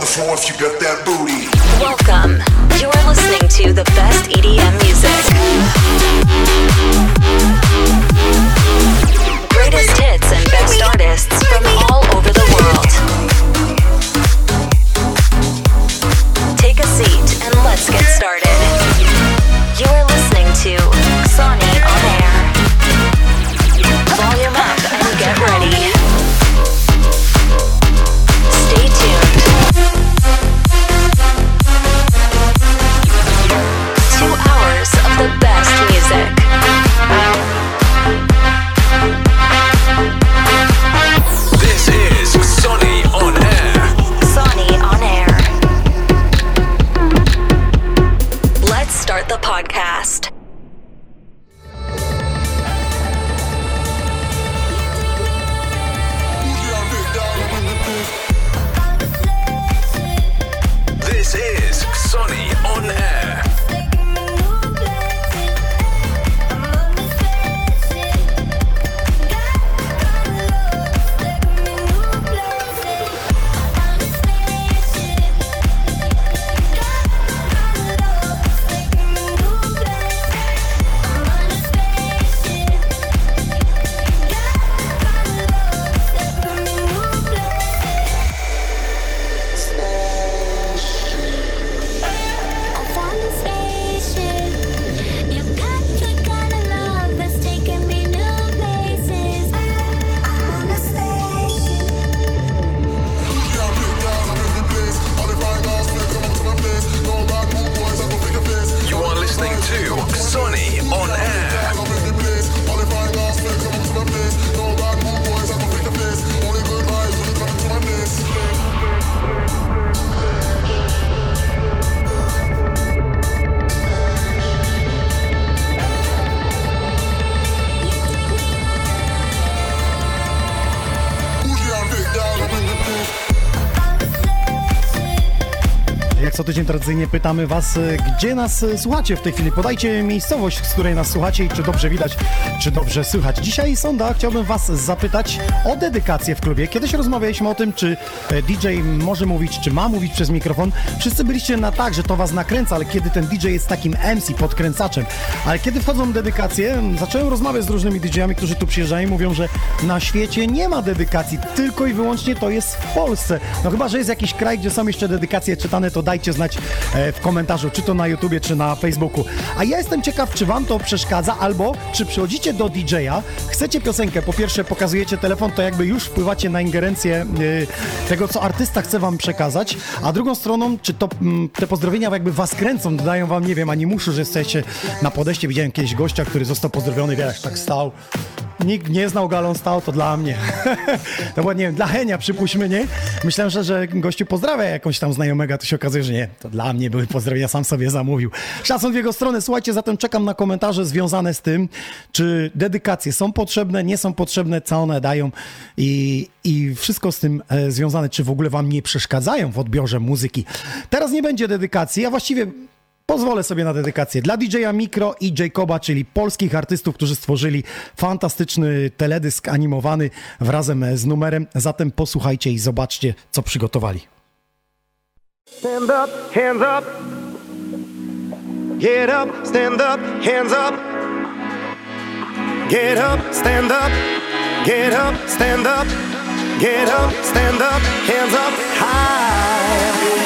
the floor if you got that booty. Welcome. You're listening to the best EDM music. Greatest hits and best artists from all over the world. Take a seat and let's get started. You are listening to Xoni On Air. Volume up and get ready. Stay tuned. 2 hours of the best music. This is Xoni On Air. Xoni On Air. Let's start the podcast. This is Xoni On Air. Co tydzień tradycyjnie pytamy Was, gdzie nas słuchacie w tej chwili. Podajcie miejscowość, z której nas słuchacie i czy dobrze widać, czy dobrze słychać. Dzisiaj, Sonda, chciałbym Was zapytać o dedykację w klubie. Kiedyś rozmawialiśmy o tym, czy DJ może mówić, czy ma mówić przez mikrofon. Wszyscy byliście na tak, że to Was nakręca, ale kiedy ten DJ jest takim MC, podkręcaczem. Ale kiedy wchodzą dedykacje, zacząłem rozmawiać z różnymi DJ-ami, którzy tu przyjeżdżają i mówią, że na świecie nie ma dedykacji, tylko i wyłącznie to jest w Polsce. No chyba, że jest jakiś kraj, gdzie są jeszcze dedykacje czytane, to dajcie znać w komentarzu, czy to na YouTubie, czy na Facebooku. A ja jestem ciekaw, czy Wam to przeszkadza, albo czy przychodzicie do DJ-a, chcecie piosenkę, po pierwsze pokazujecie telefon, to jakby już wpływacie na ingerencję tego, co artysta chce Wam przekazać, a drugą stroną, czy to te pozdrowienia jakby Was kręcą, dodają Wam, nie wiem, animuszu, że jesteście na podejście. Widziałem kiedyś gościa, który został pozdrowiony, wiesz, tak stał. Nikt nie znał, galon stał, to dla mnie. No bo nie wiem, dla Henia przypuśćmy, nie? Myślałem, że gościu pozdrawia jakąś tam znajomego, to się okazuje, że nie. To dla mnie były pozdrowienia, sam sobie zamówił. Szacun w jego stronę. Słuchajcie, zatem czekam na komentarze związane z tym, czy dedykacje są potrzebne, nie są potrzebne, co one dają i wszystko z tym związane, czy w ogóle Wam nie przeszkadzają w odbiorze muzyki. Teraz nie będzie dedykacji, ja właściwie pozwolę sobie na dedykację dla DJ-a Mikro i Jacoba, czyli polskich artystów, którzy stworzyli fantastyczny teledysk animowany razem z numerem. Zatem posłuchajcie i zobaczcie, co przygotowali. Stand up, hands up. Get up, stand up, hands up. Get up, stand up. Get up, stand up. Get up, stand up, hands up high.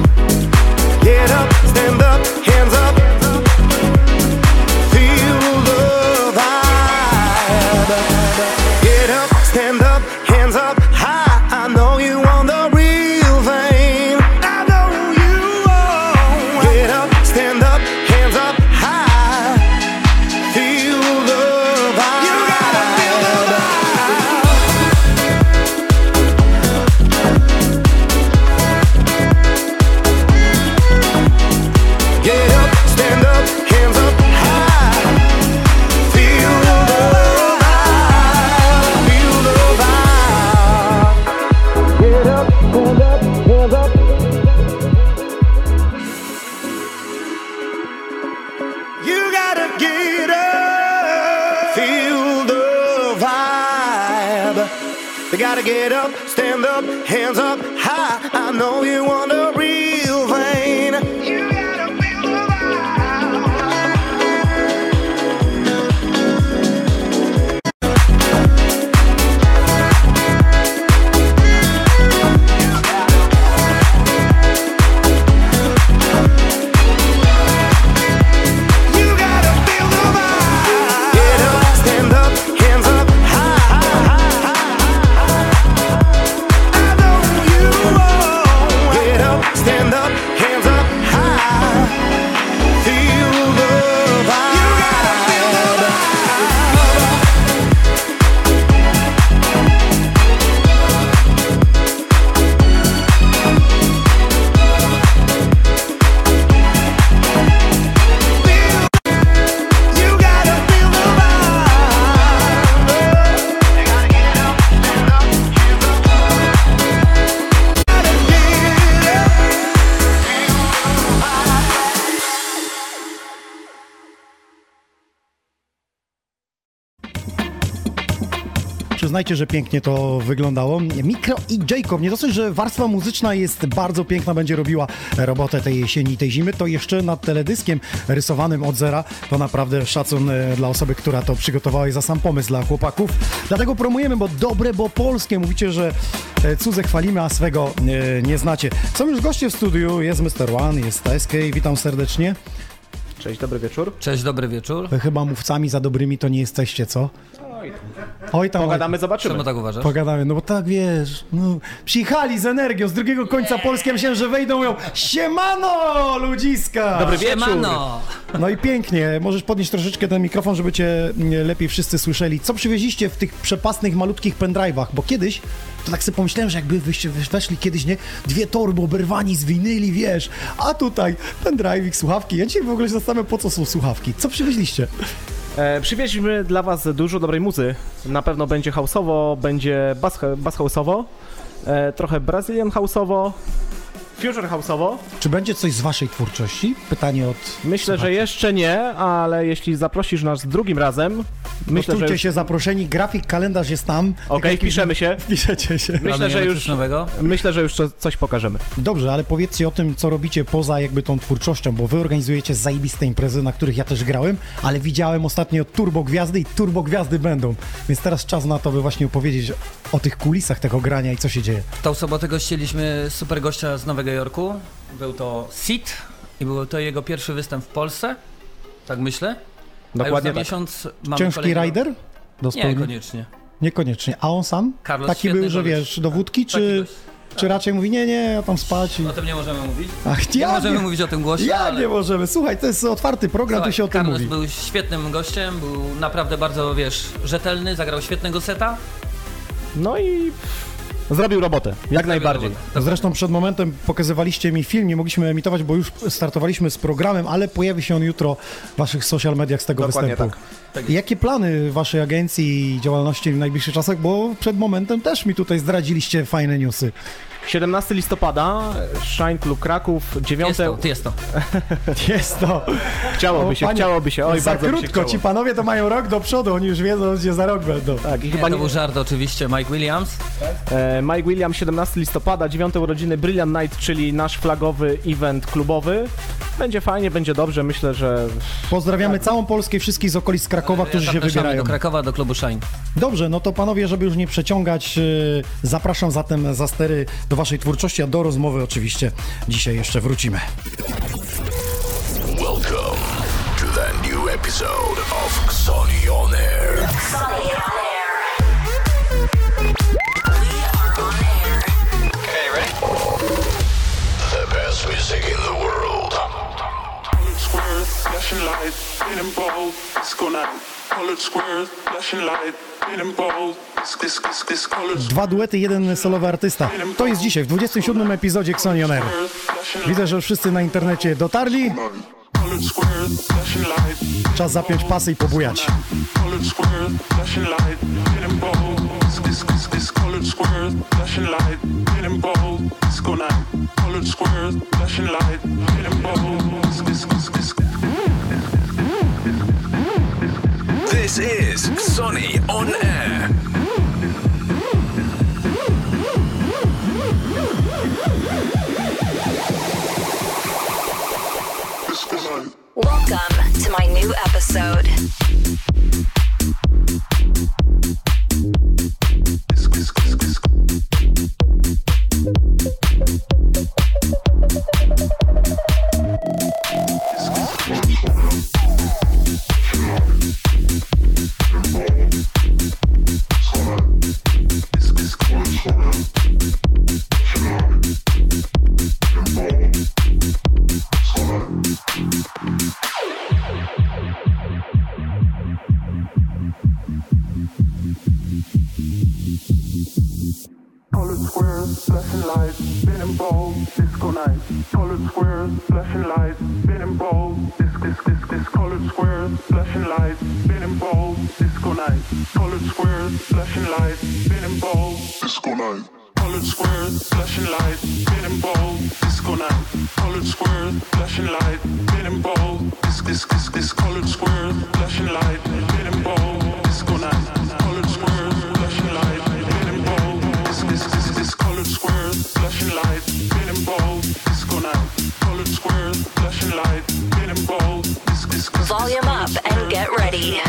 Stand up, hands up. Feel the gotta get up, stand up, hands up high. I know you want a real thing. You gotta feel the Przyznajcie, że pięknie to wyglądało. Mikro i Jacob, nie dosyć, że warstwa muzyczna jest bardzo piękna, będzie robiła robotę tej jesieni i tej zimy, to jeszcze nad teledyskiem rysowanym od zera, to naprawdę szacun dla osoby, która to przygotowała i za sam pomysł dla chłopaków. Dlatego promujemy, bo dobre, bo polskie. Mówicie, że cudze chwalimy, a swego nie znacie. Są już goście w studiu, jest Mr. One, jest SK, witam serdecznie. Cześć, dobry wieczór. Cześć, dobry wieczór. Wy chyba mówcami za dobrymi to nie jesteście, co? Oj tam. Pogadamy, zobaczymy. Czemu tak uważasz? Pogadamy, no bo tak wiesz, no, przyjechali z energią z drugiego końca Polski, ja myślałem, że wejdą ją siemano, ludziska! Dobry wieczór. Siemano! No i pięknie, możesz podnieść troszeczkę ten mikrofon, żeby cię lepiej wszyscy słyszeli. Co przywieźliście w tych przepastnych, malutkich pendrive'ach? Bo kiedyś, to tak sobie pomyślałem, że jakby wyście weszli kiedyś, nie? 2 torby oberwani z winyli, wiesz, a tutaj pendrive'ik, słuchawki. Ja dzisiaj w ogóle się zastanawiam, po co są słuchawki. Co przywieźliście? Przywieźliśmy dla was dużo dobrej muzy. Na pewno będzie house'owo, będzie bass house'owo, trochę Brazilian house'owo, future house'owo. Czy będzie coś z waszej twórczości? Pytanie od... Myślę, że jeszcze nie, ale jeśli zaprosisz nas drugim razem, myślę, że... się zaproszeni, grafik, kalendarz jest tam. Okej, wpiszemy się. Wpiszecie się. Myślę, że już coś pokażemy. Dobrze, ale powiedzcie o tym, co robicie poza jakby tą twórczością, bo wy organizujecie zajebiste imprezy, na których ja też grałem, ale widziałem ostatnio Turbo Gwiazdy i Turbo Gwiazdy będą. Więc teraz czas na to, by właśnie opowiedzieć o tych kulisach tego grania i co się dzieje. W tą sobotę gościliśmy super gościa z Nowego Jorku. Był to Sid i był to jego pierwszy występ w Polsce. Tak myślę. Dokładnie tak. Miesiąc mamy Ciężki kolejnego... rider? Niekoniecznie. Niekoniecznie. A on sam? Carlos, taki był, że wiesz, do wódki, czy raczej mówi, nie, ja tam spać. O tym nie możemy mówić. Ach, nie możemy mówić o tym głośno, nie możemy. Słuchaj, to jest otwarty program, tu się o tym Carlos mówi. był świetnym gościem, był naprawdę bardzo, rzetelny, zagrał świetnego seta. No i zrobił robotę, jak najbardziej. Zresztą przed momentem pokazywaliście mi film, nie mogliśmy emitować, bo już startowaliśmy z programem, ale pojawi się on jutro w waszych social mediach z tego Dokładnie występu. Tak. Jakie plany waszej agencji i działalności w najbliższych czasach, bo przed momentem też mi tutaj zdradziliście fajne newsy. 17 listopada, Shine Club Kraków, 9... Jest to. Chciałoby się. Oj, za bardzo krótko, ci panowie to mają rok do przodu, oni już wiedzą, gdzie za rok będą. Tak, i To był żart oczywiście, Mike Williams. Mike Williams, 17 listopada, 9 urodziny Brilliant Night, czyli nasz flagowy event klubowy. Będzie fajnie, będzie dobrze, myślę, że... Pozdrawiamy całą Polskę i wszystkich z okolic Krakowa, którzy się wybierają. Do Krakowa, do klubu Shine. Dobrze, no to panowie, żeby już nie przeciągać, zapraszam zatem za stery do waszej twórczości, a do rozmowy oczywiście dzisiaj jeszcze wrócimy. Welcome to the new episode of Xoni On Air. Xoni On Air. We are on air. Okay, ready? The best music in the world. Squares, flashing light, in bold, disco night. Colored squares, flashing light, in bold, this colored 2 duety, 1 solowy artysta. To jest dzisiaj, w 27. epizodzie Xoni On Air. Widzę, że wszyscy na internecie dotarli. colored squares, flashing light, Czas zapiąć pasy i pobujać. colored squares, flashing light, in bold, this colored squares, flashing light, in bold, disco night. Colored squares, flashing light, in bold, this. This is Xoni On Air. Welcome to my new episode. Volume up and get ready.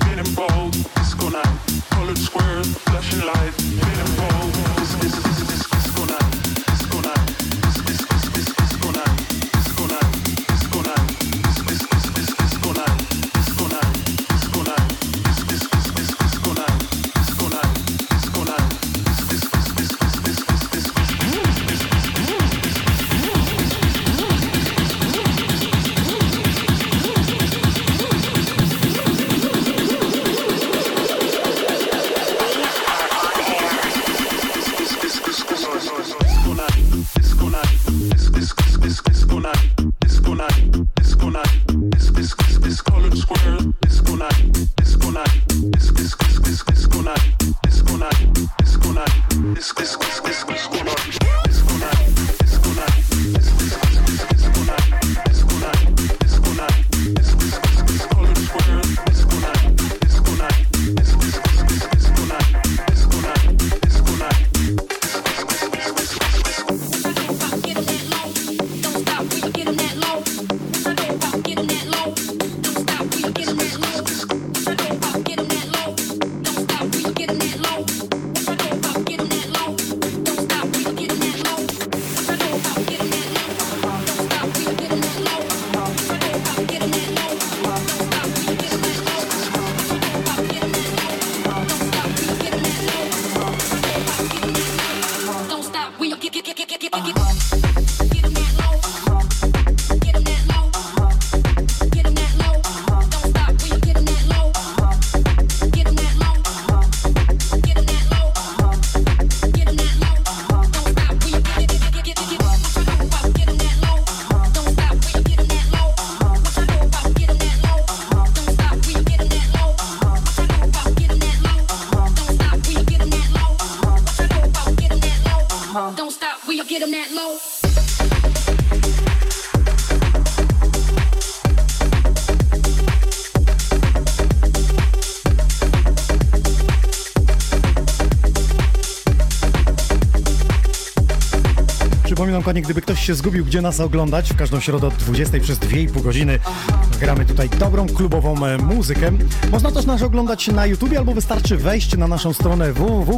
Przypominam, kochani, gdyby ktoś się zgubił, gdzie nas oglądać, w każdą środę od 20 przez 2,5 godziny gramy tutaj dobrą klubową muzykę. Można też nas oglądać na YouTubie albo wystarczy wejść na naszą stronę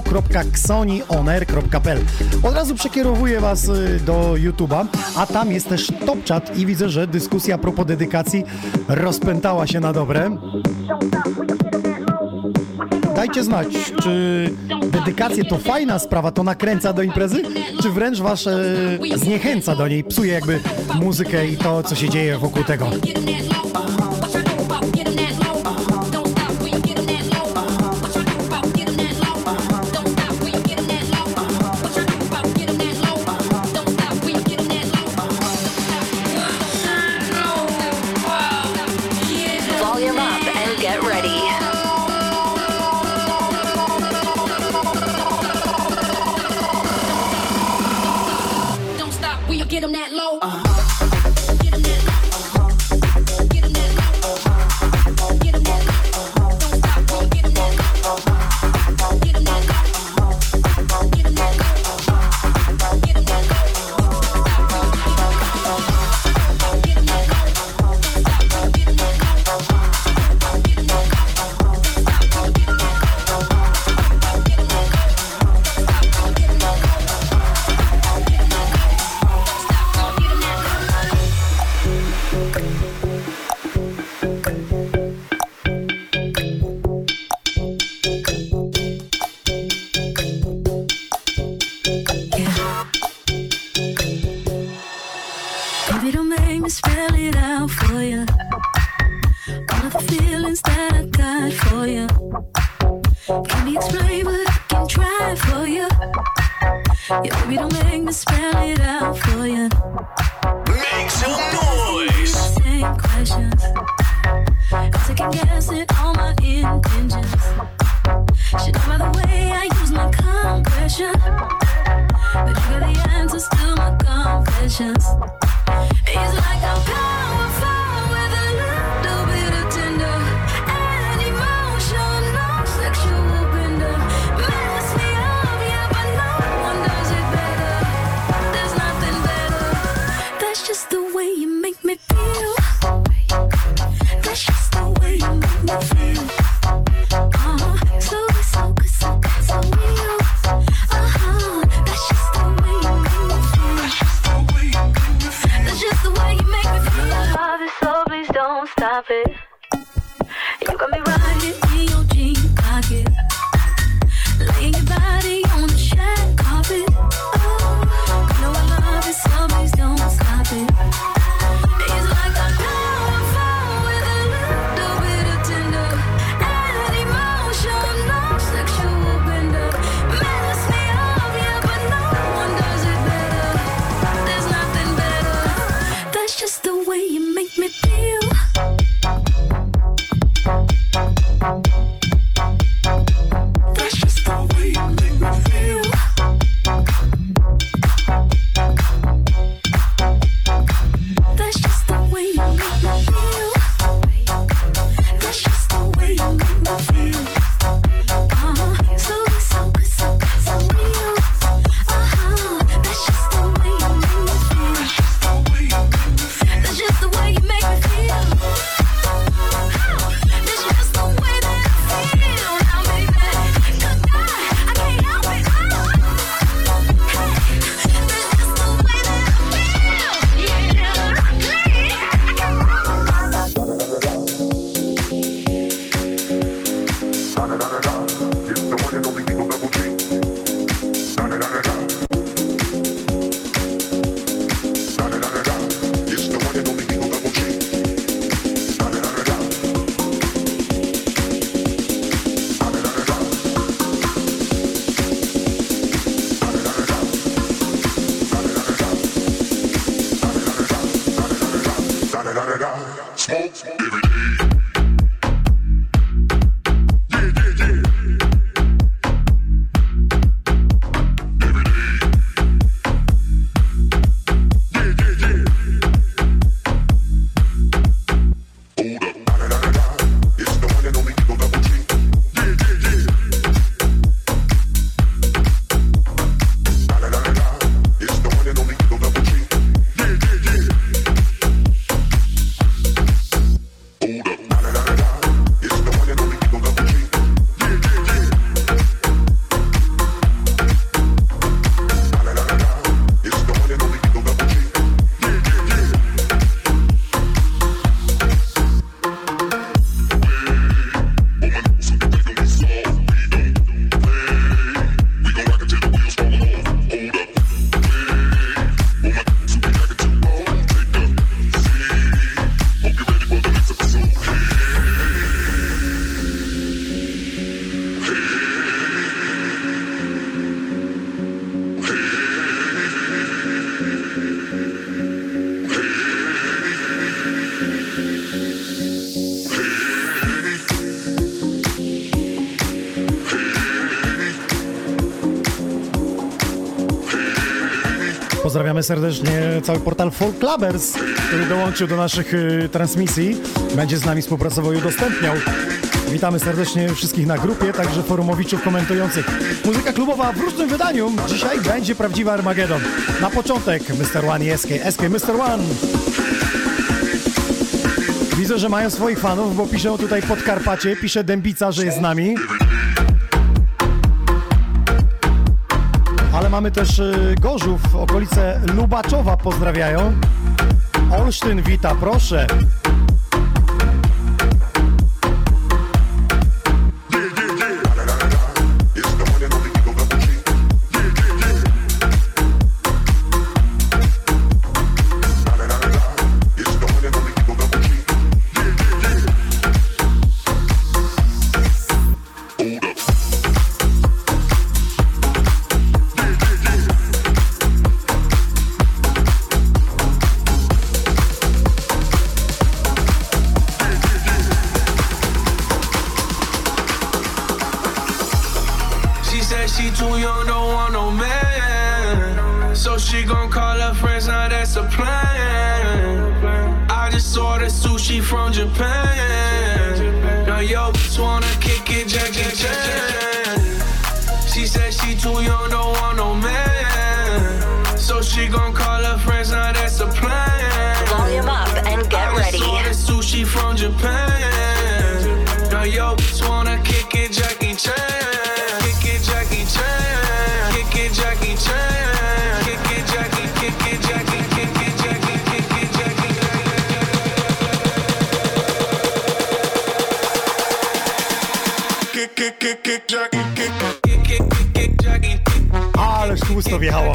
www.xonionair.pl. Od razu przekierowuję Was do YouTuba, a tam jest też Top Chat i widzę, że dyskusja a propos dedykacji rozpętała się na dobre. Dajcie znać, czy dedykacje to fajna sprawa, to nakręca do imprezy, czy wręcz Was zniechęca do niej, psuje jakby muzykę i to, co się dzieje wokół tego. Volume up and get ready. Get them that low. Yeah, baby, don't make me spell it out for you. Make some noise. Same questions. I'm second guessing all my intentions. Should know by the way I use my compression. But you got the answers to my confessions. It's like I'm powerful with a little bit of tender and emotional sexual bender. Mess me up, yeah, but no one does it better. There's nothing better. That's just the way you make me feel. That's just the way you make me feel. So good, so good, so good, so real. That's just the way you make me feel. That's just the way you make me feel. Love it, so please don't stop it. You got me riding in your jean pocket, laying your body on the shag carpet. Oh, you know I love it, so please don't stop it. It's like I'm powerful with a little bit of tender and emotional sexual bender. Mess me up, yeah, but no one does it better. There's nothing better. That's just the way you make me feel. That's just the way you make me feel. That's just the way you make me feel. That's just the way you make me feel. So good, so good, so good, so real. That's just the way you make me feel. That's just the way you make me feel. That's just the way that I feel now, baby. 'Cause I can't help it. Hey, that's just the way that I feel. Smoke every day. Pozdrawiamy serdecznie cały portal Folk Clubbers, który dołączył do naszych transmisji. Będzie z nami współpracował i udostępniał. Witamy serdecznie wszystkich na grupie, także forumowiczów komentujących. Muzyka klubowa w różnym wydaniu. Dzisiaj będzie prawdziwy Armagedon. Na początek Mr. One i SK Mr. One. Widzę, że mają swoich fanów, bo piszą tutaj Podkarpacie, pisze Dębica, że jest z nami. Ale mamy też Gorzów, okolice Lubaczowa pozdrawiają. Olsztyn wita, proszę. she too young, don't want no man. So she gon' call her friends, now that's a plan. I just ordered sushi from Japan. Now yo, just wanna kick it, Jackie Chan. She said she too young, don't want no man. So she gon' call her friends, now that's a plan. Volume up and get ready. I just ordered sushi from Japan. Now yo, just wanna kick it, Jackie Chan. Kick it, Jackie Chan. Kick it, Jackie Chan. Kick it, Jackie. Kick it, Jackie. Kick it, Jackie. Kick it, Jackie. Kick, Jackie, kick. Ależ tłusto wjechało.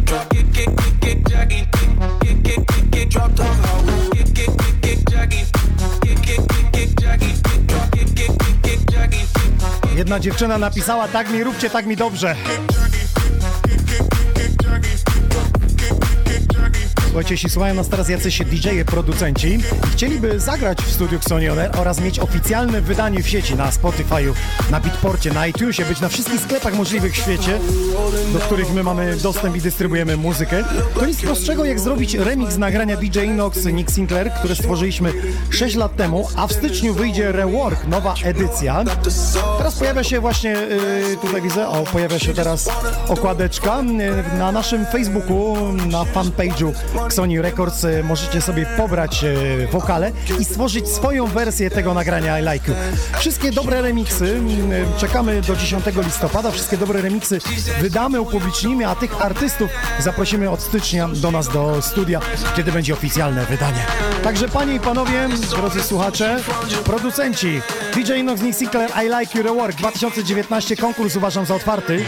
Jedna dziewczyna napisała: tak mi róbcie, tak mi dobrze. Słuchajcie, jeśli słuchają nas teraz jacyś DJ-e, producenci i chcieliby zagrać w studiu Xoni On Air oraz mieć oficjalne wydanie w sieci na Spotify'u, na Beatporcie, na iTunesie, być na wszystkich sklepach możliwych w świecie, do których my mamy dostęp i dystrybuujemy muzykę, to nic prostszego jak zrobić remix nagrania DJ Inox, Nick Sinclair, które stworzyliśmy 6 lat temu, a w styczniu wyjdzie rework, nowa edycja. Teraz pojawia się właśnie, tutaj widzę, pojawia się teraz okładeczka na naszym Facebooku, na fanpage'u Xoni Records. Możecie sobie pobrać wokale i stworzyć swoją wersję tego nagrania I Like You. Wszystkie dobre remiksy, czekamy do 10 listopada, wszystkie dobre remiksy wydamy, upublicznimy, a tych artystów zaprosimy od stycznia do nas do studia, kiedy będzie oficjalne wydanie. Także panie i panowie, drodzy słuchacze, producenci, DJ Inox, Nick Sinclair, I Like You Rework 2019, konkurs uważam za otwarty.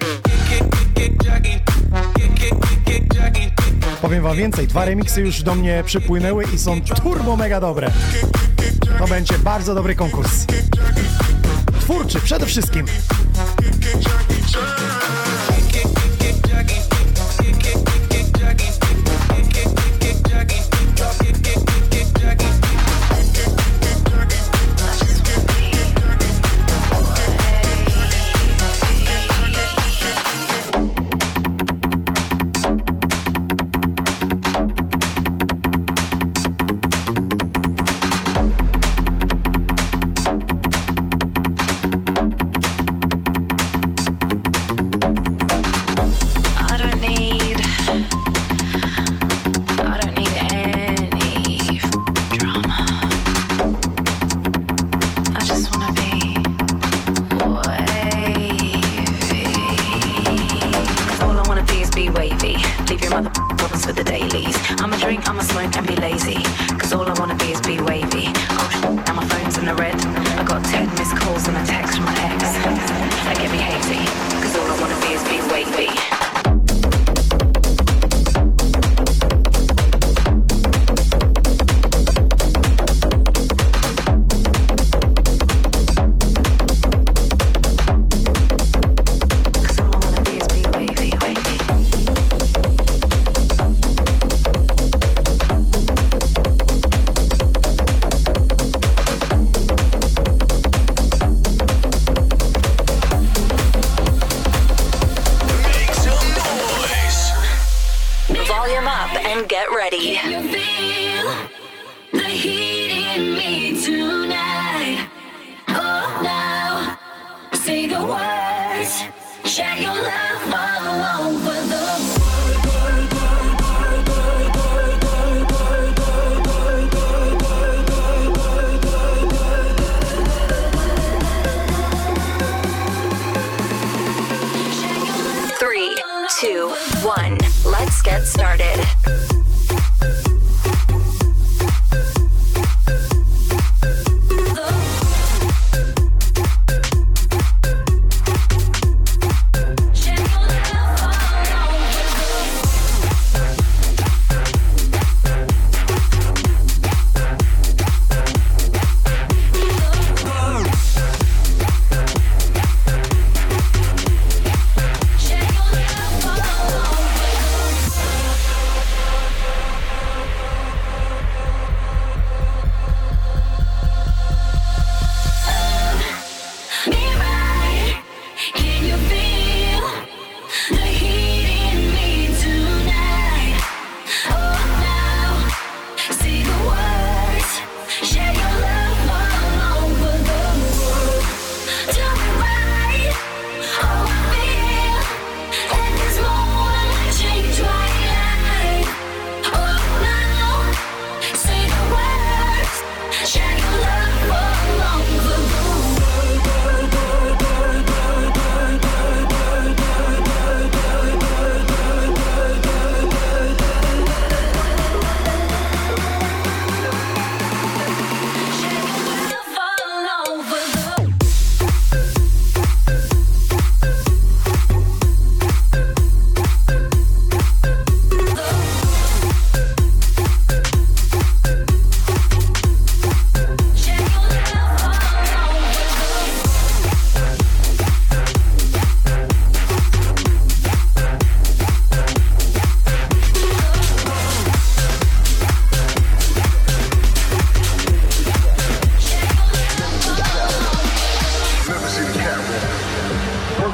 Powiem wam więcej, 2 remiksy już do mnie przypłynęły i są turbo mega dobre. To będzie bardzo dobry konkurs. Twórczy przede wszystkim.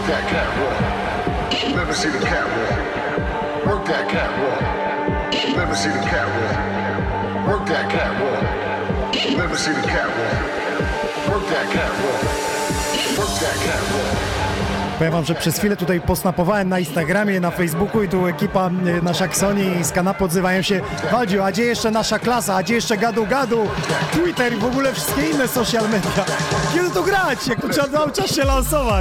that catwalk. Let me see the catwalk. Work that catwalk. Let me see the catwalk. Work that catwalk. Let me see the catwalk. Work that catwalk. Work that catwalk. Powiem wam, że przez chwilę tutaj posnapowałem na Instagramie, na Facebooku i tu ekipa nasza Ksoni z kanapy odzywają się: Waldziu, a gdzie jeszcze nasza klasa, a gdzie jeszcze gadu, Twitter i w ogóle wszystkie inne social media. Kiedy to grać, jak to trzeba cały czas się lansować?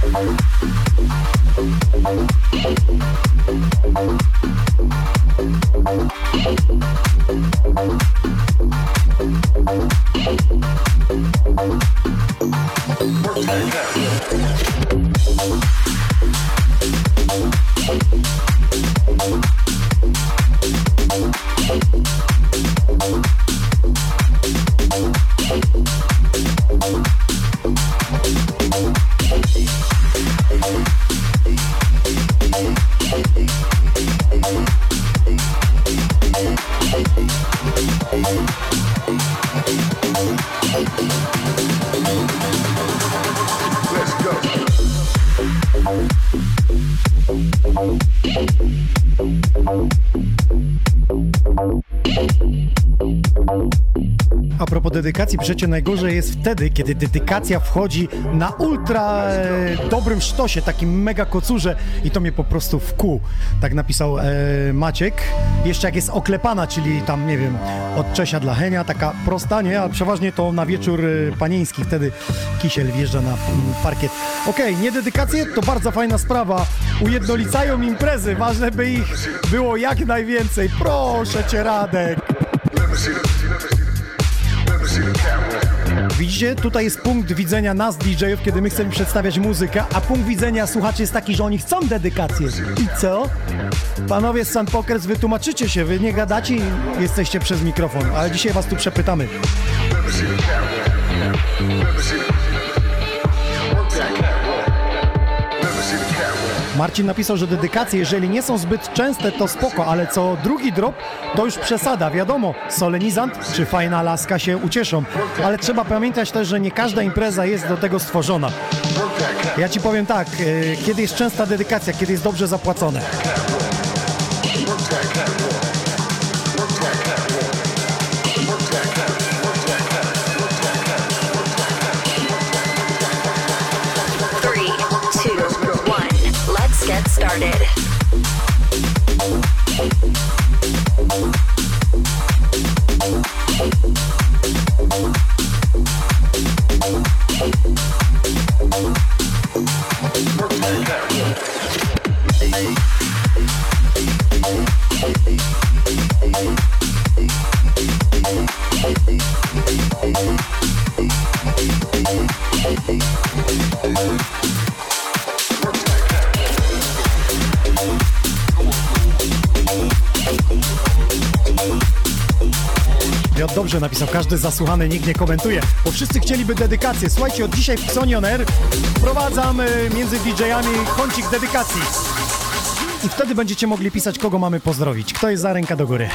A propos dedykacji, przecież najgorzej jest wtedy, kiedy dedykacja wchodzi na ultra dobrym sztosie, takim mega kocurze i to mnie po prostu wkuł. Tak napisał Maciek. Jeszcze jak jest oklepana, czyli tam, nie wiem, od Czesia dla Henia, taka prosta, nie? A przeważnie to na wieczór panieński, wtedy kisiel wjeżdża na parkiet. Okej, nie dedykacje, to bardzo fajna sprawa. Ujednolicają imprezy, ważne by ich było jak najwięcej. Proszę cię, Radek. Widzicie, tutaj jest punkt widzenia nas, DJ-ów, kiedy my chcemy przedstawiać muzykę, a punkt widzenia słuchaczy jest taki, że oni chcą dedykację. I co? Panowie z Sandpokers, wytłumaczycie się, wy nie gadacie i jesteście przez mikrofon, ale dzisiaj was tu przepytamy. Marcin napisał, że dedykacje, jeżeli nie są zbyt częste, to spoko, ale co drugi drop, to już przesada. Wiadomo, solenizant czy fajna laska się ucieszą, ale trzeba pamiętać też, że nie każda impreza jest do tego stworzona. Ja ci powiem tak, kiedy jest częsta dedykacja, kiedy jest dobrze zapłacone. Get started. Piotr dobrze napisał, każdy zasłuchany, nikt nie komentuje, bo wszyscy chcieliby dedykację. Słuchajcie, od dzisiaj w Xoni On Air wprowadzam między DJ-ami kącik dedykacji. I wtedy będziecie mogli pisać, kogo mamy pozdrowić. Kto jest za, ręka do góry.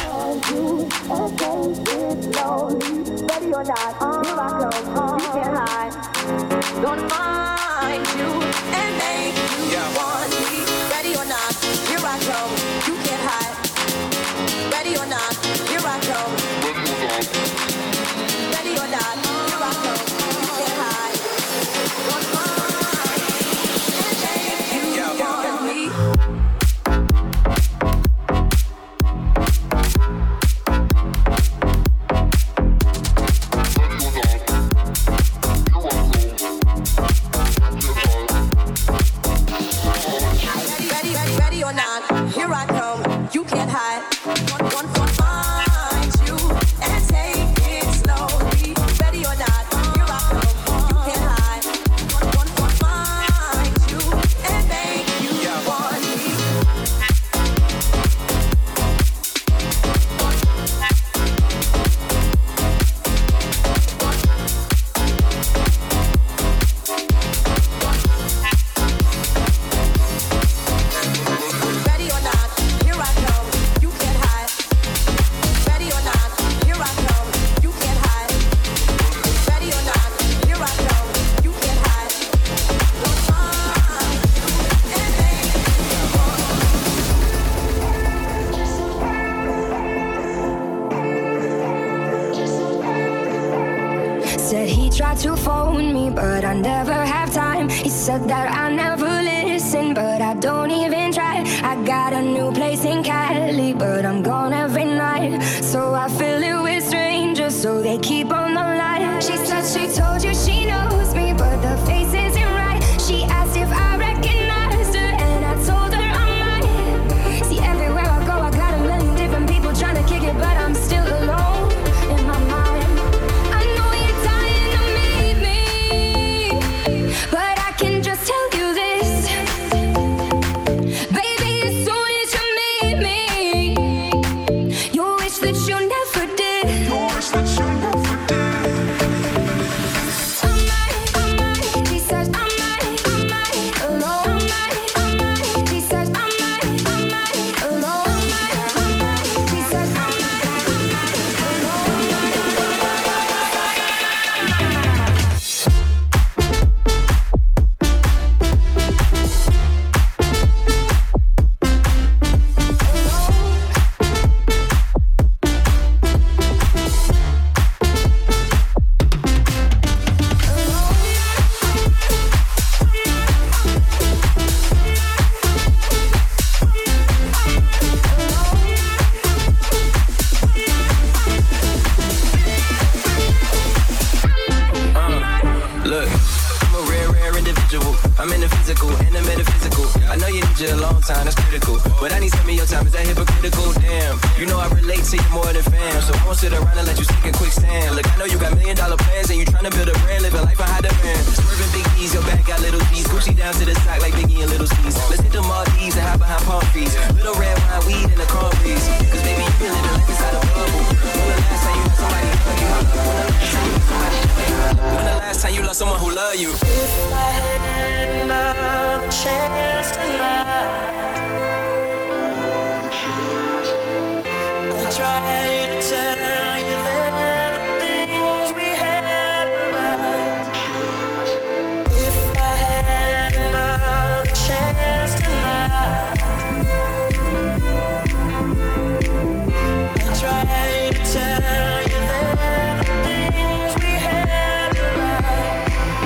Here I come, you can't hide. Gonna find you and take to phone me, but I never have time. He said that I never listen, but I don't even try. I got a new place in Cali, but I'm gone every night. So I fill it with strangers, so they keep on the line. She said she told you she knows me, but the face isn't right. She asked if I recognized her, and I told her I might. See, everywhere I go, I got a million different people trying to kick it, but I'm still alone in my mind. I know you're dying to meet me, but I can just tell you this, baby, as soon as you meet me, you wish that you never did. You wish that you never did. She says I might, alone. She says I might, alone. She says I Look, I'm a rare individual. I'm in the physical and the metaphysical. I know you need you a long time, that's critical. But I need some of your time, is that hypocritical? Damn, you know I relate to you more than fam. So I won't sit around and let you sink in quicksand. Look, I know you got $1 million plans and you tryna build a brand, living life on high demand. Swerving big E's, your back got little G's. Gucci down to the sock like Biggie and Little C's. Let's hit the Maldives and hide behind palm trees. Little red wine, weed, and the calm breeze. Cause baby, you been living life inside a bubble. When the last time you had somebody hug you? When the last time you lost someone who loved you? If I had another chance tonight, I'd try to tell you that the things we had were right. If I had another chance tonight, I'd try to tell you that the things we had were right.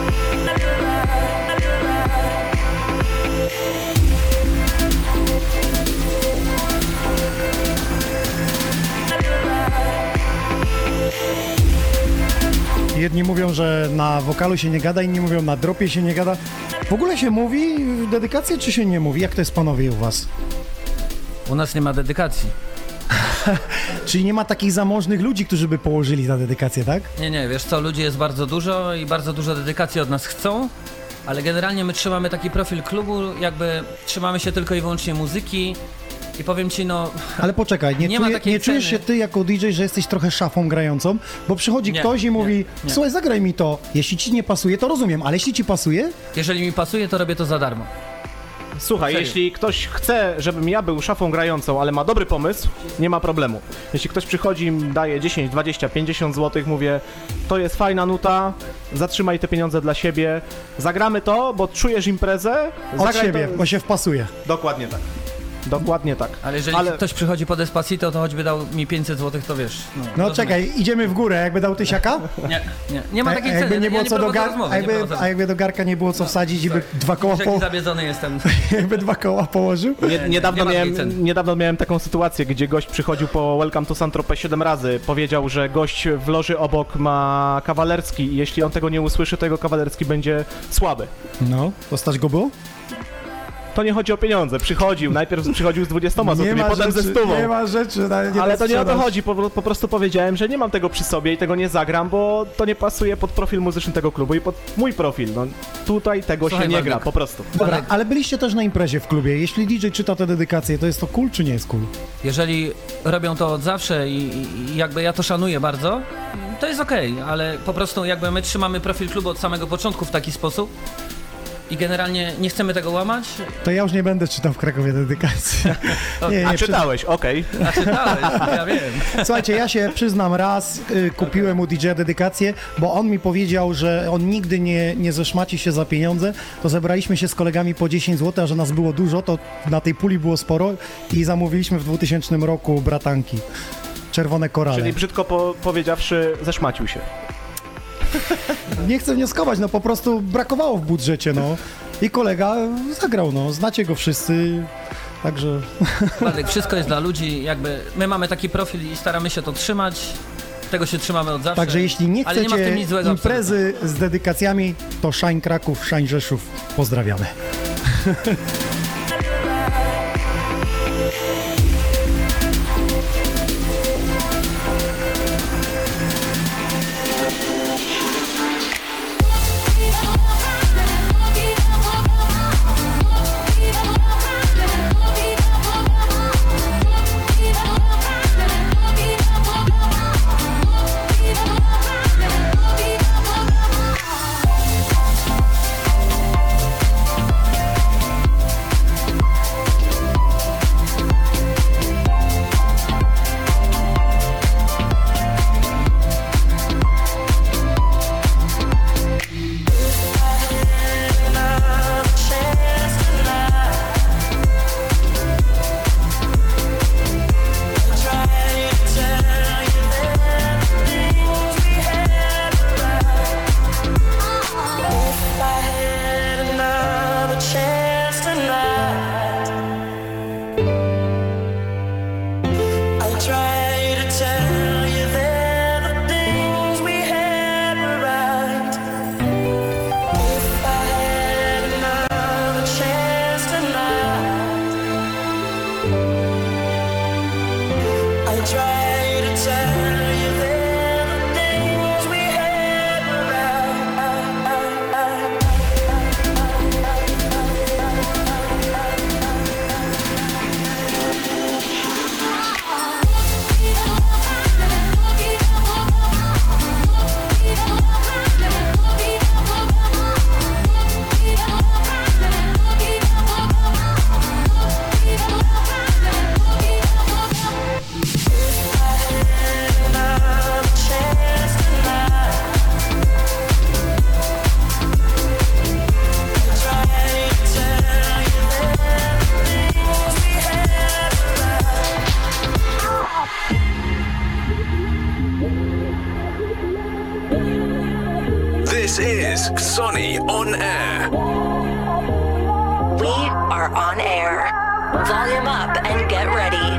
Jedni mówią, że na wokalu się nie gada, inni mówią, na dropie się nie gada. W ogóle się mówi dedykację, czy się nie mówi? Jak to jest, panowie, u was? U nas nie ma dedykacji. Czyli nie ma takich zamożnych ludzi, którzy by położyli na dedykację, tak? Nie, wiesz co, ludzi jest bardzo dużo i bardzo dużo dedykacji od nas chcą, ale generalnie my trzymamy taki profil klubu, jakby trzymamy się tylko i wyłącznie muzyki i powiem ci, no... Ale poczekaj, nie czujesz się ty jako DJ, że jesteś trochę szafą grającą? Bo przychodzi ktoś i mówi, słuchaj, zagraj mi to, jeśli ci nie pasuje, to rozumiem, ale jeśli ci pasuje? Jeżeli mi pasuje, to robię to za darmo. Słuchaj, jeśli ktoś chce, żebym ja był szafą grającą, ale ma dobry pomysł, nie ma problemu. Jeśli ktoś przychodzi i daje 10, 20, 50 zł, mówię, to jest fajna nuta, zatrzymaj te pieniądze dla siebie, zagramy to, bo czujesz imprezę, od siebie, bo się wpasuje. Dokładnie tak. Dokładnie tak. Ale jeżeli ktoś przychodzi po Despacito, to choćby dał mi 500 zł, to wiesz... No czekaj, idziemy w górę, jakby dał tysiaka? Nie ma takiej ceny, nie było co do a jakby do garka nie było co wsadzić i by dwa koła zabiedzony jestem. Jakby 2 koła położył? Niedawno miałem taką sytuację, gdzie gość przychodził po Welcome to Saint-Tropez 7 razy, powiedział, że gość w loży obok ma kawalerski i jeśli on tego nie usłyszy, to jego kawalerski będzie słaby. No, to stać go było? To nie chodzi o pieniądze. Najpierw przychodził z 20 złotych, potem ze 100. Nie ma rzeczy, ale to nie o to chodzi. Po prostu powiedziałem, że nie mam tego przy sobie i tego nie zagram, bo to nie pasuje pod profil muzyczny tego klubu i pod mój profil. No, tutaj tego się nie gra, po prostu. Dobra, ale byliście też na imprezie w klubie. Jeśli DJ czyta te dedykacje, to jest to cool, czy nie jest cool? Jeżeli robią to od zawsze i jakby ja to szanuję bardzo, to jest okej, ale po prostu jakby my trzymamy profil klubu od samego początku w taki sposób, i generalnie nie chcemy tego łamać. To ja już nie będę czytał w Krakowie dedykacji. A czytałeś, okej. A czytałeś, ja wiem. Słuchajcie, ja się przyznam, raz kupiłem u DJ dedykację, bo on mi powiedział, że on nigdy nie zeszmaci się za pieniądze, to zebraliśmy się z kolegami po 10 zł, a że nas było dużo, to na tej puli było sporo i zamówiliśmy w 2000 roku bratanki. Czerwone korale. Czyli brzydko powiedziawszy, zeszmacił się. Nie chcę wnioskować, no po prostu brakowało w budżecie, no. I kolega zagrał, no. Znacie go wszyscy, także... Władek, wszystko jest dla ludzi, jakby my mamy taki profil i staramy się to trzymać. Tego się trzymamy od zawsze. Także jeśli nie ale nie ma w tym chcecie nic złego, imprezy z dedykacjami, to Shine Kraków, Shine Rzeszów. Pozdrawiamy. This is Xoni on air. We are on air. Volume up and get ready.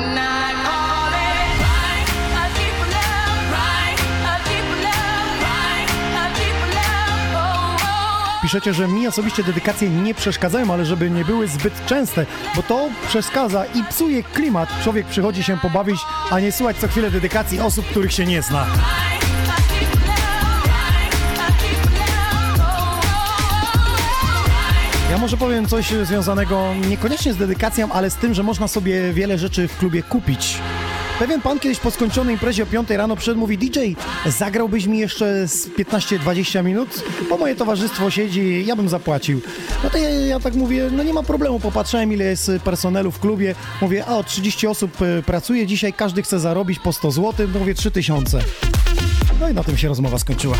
Piszecie, że mi osobiście dedykacje nie przeszkadzają, ale żeby nie były zbyt częste, bo to przeszkadza i psuje klimat. Człowiek przychodzi się pobawić, a nie słuchać co chwilę dedykacji osób, których się nie zna. Ja może powiem coś związanego niekoniecznie z dedykacją, ale z tym, że można sobie wiele rzeczy w klubie kupić. Pewien pan kiedyś po skończonej imprezie o 5 rano przyszedł, mówi: DJ, zagrałbyś mi jeszcze z 15-20 minut? Bo moje towarzystwo siedzi, ja bym zapłacił. No to ja tak mówię, no nie ma problemu, popatrzyłem ile jest personelu w klubie, mówię, 30 osób pracuje dzisiaj, każdy chce zarobić po 100 zł, no mówię 3000. No i na tym się rozmowa skończyła.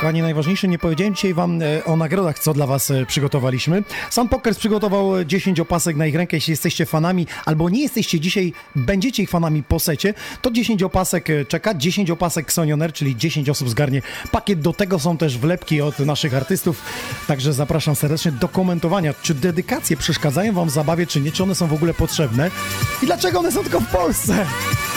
Kochani, najważniejsze, nie powiedziałem dzisiaj wam o nagrodach, co dla was przygotowaliśmy. Sam Pokers przygotował 10 opasek na ich rękę. Jeśli jesteście fanami, albo nie jesteście dzisiaj, będziecie ich fanami po secie, to 10 opasek czeka, 10 opasek Xonioner, czyli 10 osób zgarnie pakiet. Do tego są też wlepki od naszych artystów, także zapraszam serdecznie do komentowania, czy dedykacje przeszkadzają wam w zabawie, czy nie, czy one są w ogóle potrzebne i dlaczego one są tylko w Polsce.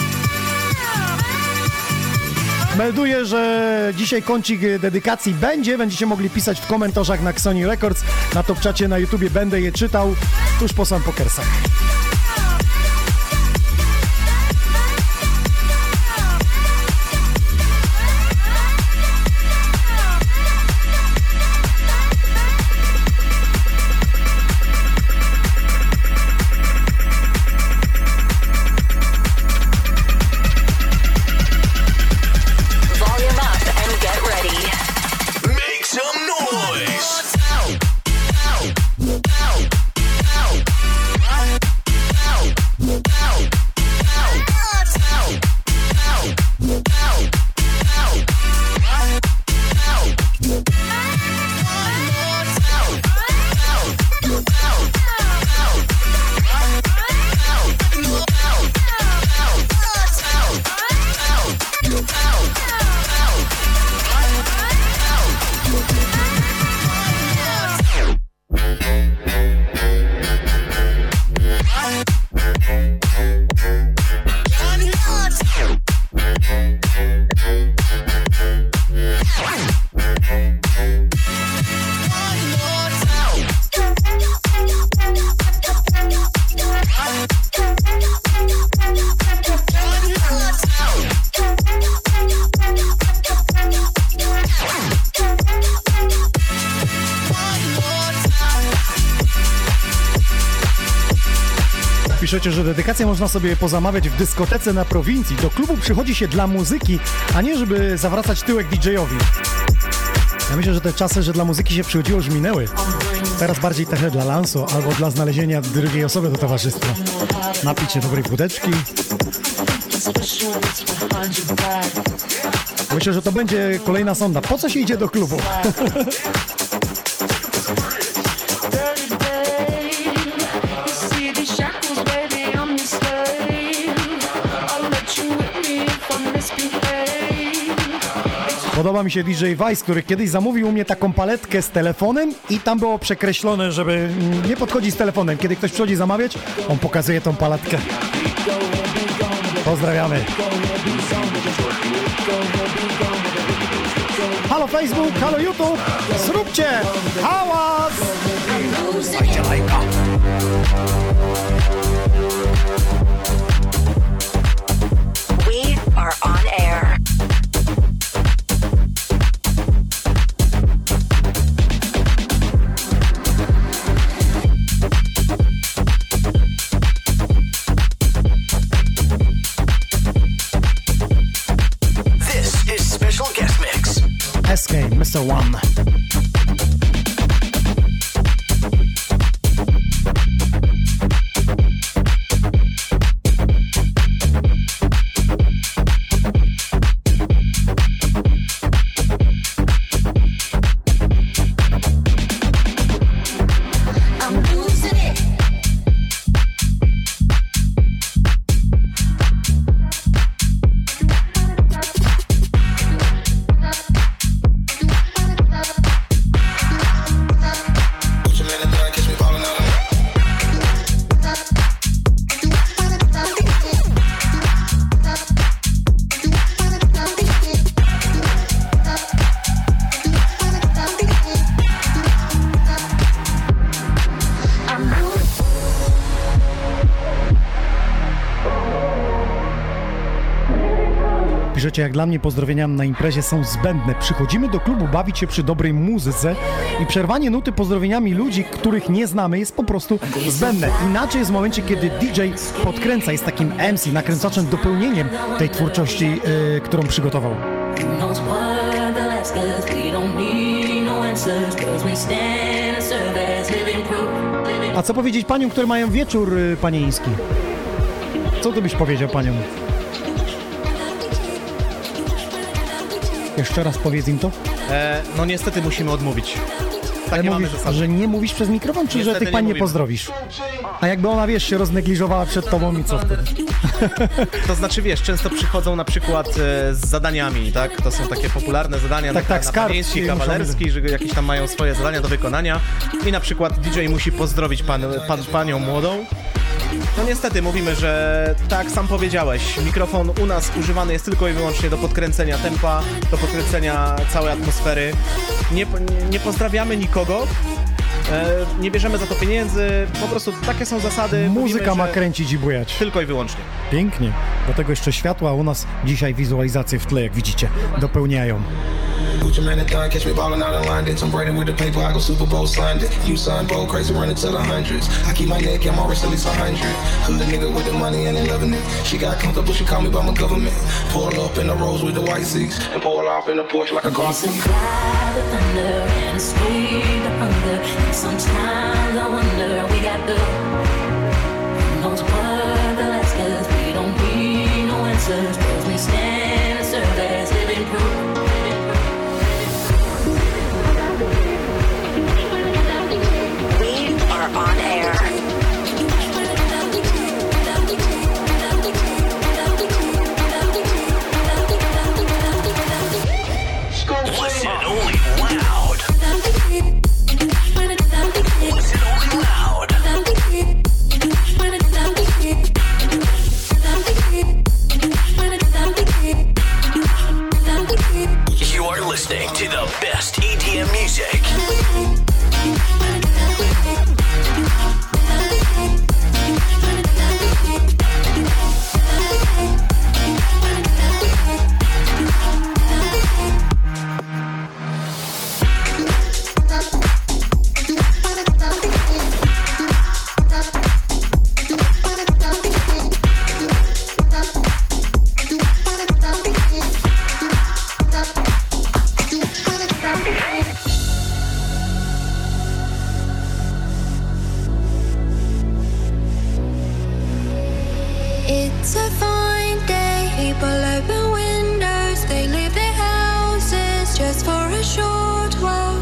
Melduję, że dzisiaj kącik dedykacji będziecie mogli pisać w komentarzach na Xoni Records, na Top Czacie, na YouTubie, będę je czytał tuż po Sam Pokersach. Piszecie, że dedykację można sobie pozamawiać w dyskotece na prowincji. Do klubu przychodzi się dla muzyki, a nie żeby zawracać tyłek DJ-owi. Ja myślę, że te czasy, że dla muzyki się przychodziło, już minęły. Teraz bardziej trochę dla lansu albo dla znalezienia drugiej osoby do towarzystwa. Napić się dobrej wódeczki. Myślę, że to będzie kolejna sonda. Po co się idzie do klubu? Podoba mi się DJ Vice, który kiedyś zamówił u mnie taką paletkę z telefonem i tam było przekreślone, żeby nie podchodzić z telefonem. Kiedy ktoś przychodzi zamawiać, on pokazuje tą paletkę. Pozdrawiamy. Halo Facebook, halo YouTube, zróbcie hałas! Dajcie lajka. We are on air. SK, Mr. One. Piszecie, jak dla mnie pozdrowienia na imprezie są zbędne. Przychodzimy do klubu bawić się przy dobrej muzyce i przerwanie nuty pozdrowieniami ludzi, których nie znamy, jest po prostu zbędne. Inaczej jest w momencie, kiedy DJ podkręca, jest takim MC, nakręcaczem, dopełnieniem tej twórczości, którą przygotował. A co powiedzieć paniom, które mają wieczór panieński? Co ty byś powiedział paniom? Jeszcze raz powiedz im to. No niestety musimy odmówić. Ale Takie mamy mówisz, zasady. że nie mówisz przez mikrofon, czy Niestety że tych nie pań nie mówimy. pozdrowisz? A jakby ona, wiesz, się roznegliżowała przed tobą i co wtedy? To znaczy, wiesz, często przychodzą na przykład z zadaniami, tak? To są takie popularne zadania Tak, tak, na skarb panieński, i kawalerski, że jakieś tam mają swoje zadania do wykonania i na przykład DJ musi pozdrowić panią młodą. No niestety mówimy, że tak jak sam powiedziałeś, mikrofon u nas używany jest tylko i wyłącznie do podkręcenia tempa, do podkręcenia całej atmosfery. Nie pozdrawiamy nikogo, nie bierzemy za to pieniędzy, po prostu takie są zasady. Muzyka Mówimy, ma że kręcić i bujać. tylko i wyłącznie. Pięknie. Do tego jeszcze światła, u nas dzisiaj wizualizacje w tle, jak widzicie, dopełniają. Gucci man and done, catch me ballin' out in London. Tom Brady with the paper, I go Super Bowl Sunday. You son, bold, crazy, running to the hundreds. I keep my neck, I'm always at least 100. Hood nigga with the money and they loving it. She got comfortable, she call me by my government. Pull up in the Rolls with the white seats and pull off in the Porsche like a car seat. The thunder and sweet the hunger. And sometimes I wonder we got the knows what the last cause we don't need no answers. Cause we stand and serve as living proof. Are on air. Listen only loud. Listen only loud. You are listening to the best EDM music. It's a fine day. People open windows. They leave their houses just for a short while.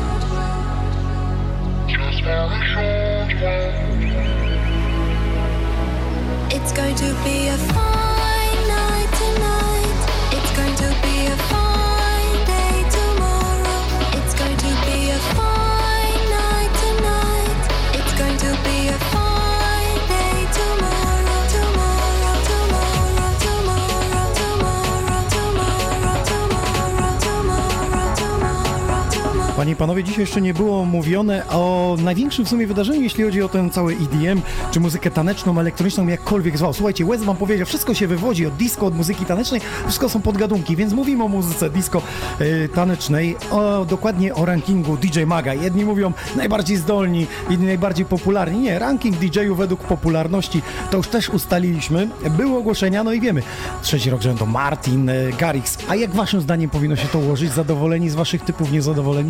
It's going to be a fine night tonight. It's going to be a fine day tomorrow. It's going to be a fine night tonight. It's going to be a fine day tomorrow. Tomorrow, tomorrow, tomorrow, tomorrow, tomorrow, tomorrow, tomorrow, tomorrow, tomorrow. Panie i panowie, dzisiaj jeszcze nie było mówione o największym w sumie wydarzeniu, jeśli chodzi o ten cały EDM, czy muzykę taneczną, elektroniczną, jakkolwiek zwał. Słuchajcie, Wes wam powiedział, wszystko się wywodzi od disco, od muzyki tanecznej, wszystko są podgadunki, więc mówimy o muzyce disco tanecznej, dokładnie o rankingu DJ Maga. Jedni mówią najbardziej zdolni, inni najbardziej popularni. Nie, ranking DJ-ów według popularności to już też ustaliliśmy. Były ogłoszenia, no i wiemy. 3. rok rzędu Martin Garrix. A jak waszym zdaniem powinno się to ułożyć? Zadowoleni z waszych typów, niezadowoleni?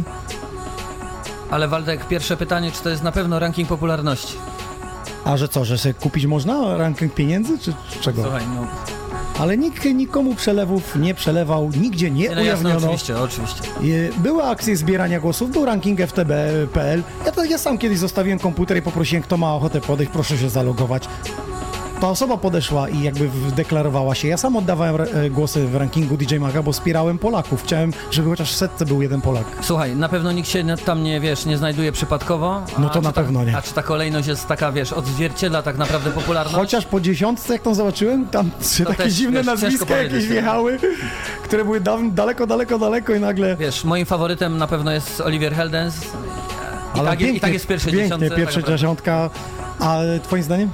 Ale Waldek, pierwsze pytanie, czy to jest na pewno ranking popularności? A że co, że sobie kupić można ranking pieniędzy, czy czego? Słuchaj, no... Ale nikt nikomu przelewów nie przelewał, nigdzie nie No jasne, ujawniono. oczywiście. Były akcje zbierania głosów, był ranking ftb.pl. Ja sam kiedyś zostawiłem komputer i poprosiłem, kto ma ochotę podejść, proszę się zalogować. Ta osoba podeszła i jakby deklarowała się. Ja sam oddawałem głosy w rankingu DJ Maga, bo wspierałem Polaków. Chciałem, żeby chociaż w setce był jeden Polak. Słuchaj, na pewno nikt się tam nie znajduje przypadkowo. No to na pewno nie. A czy ta kolejność jest taka, odzwierciedla tak naprawdę popularność? Chociaż po 10, jak tam zobaczyłem, tam się To takie też, dziwne wiesz, nazwiska ciężko jakieś powiedzieć. wjechały, które były daleko i nagle... Wiesz, moim faworytem na pewno jest Oliver Heldens. I tak jest pierwsze pięknie, dziesiątce. pierwsza dziesiątka. A twoim zdaniem?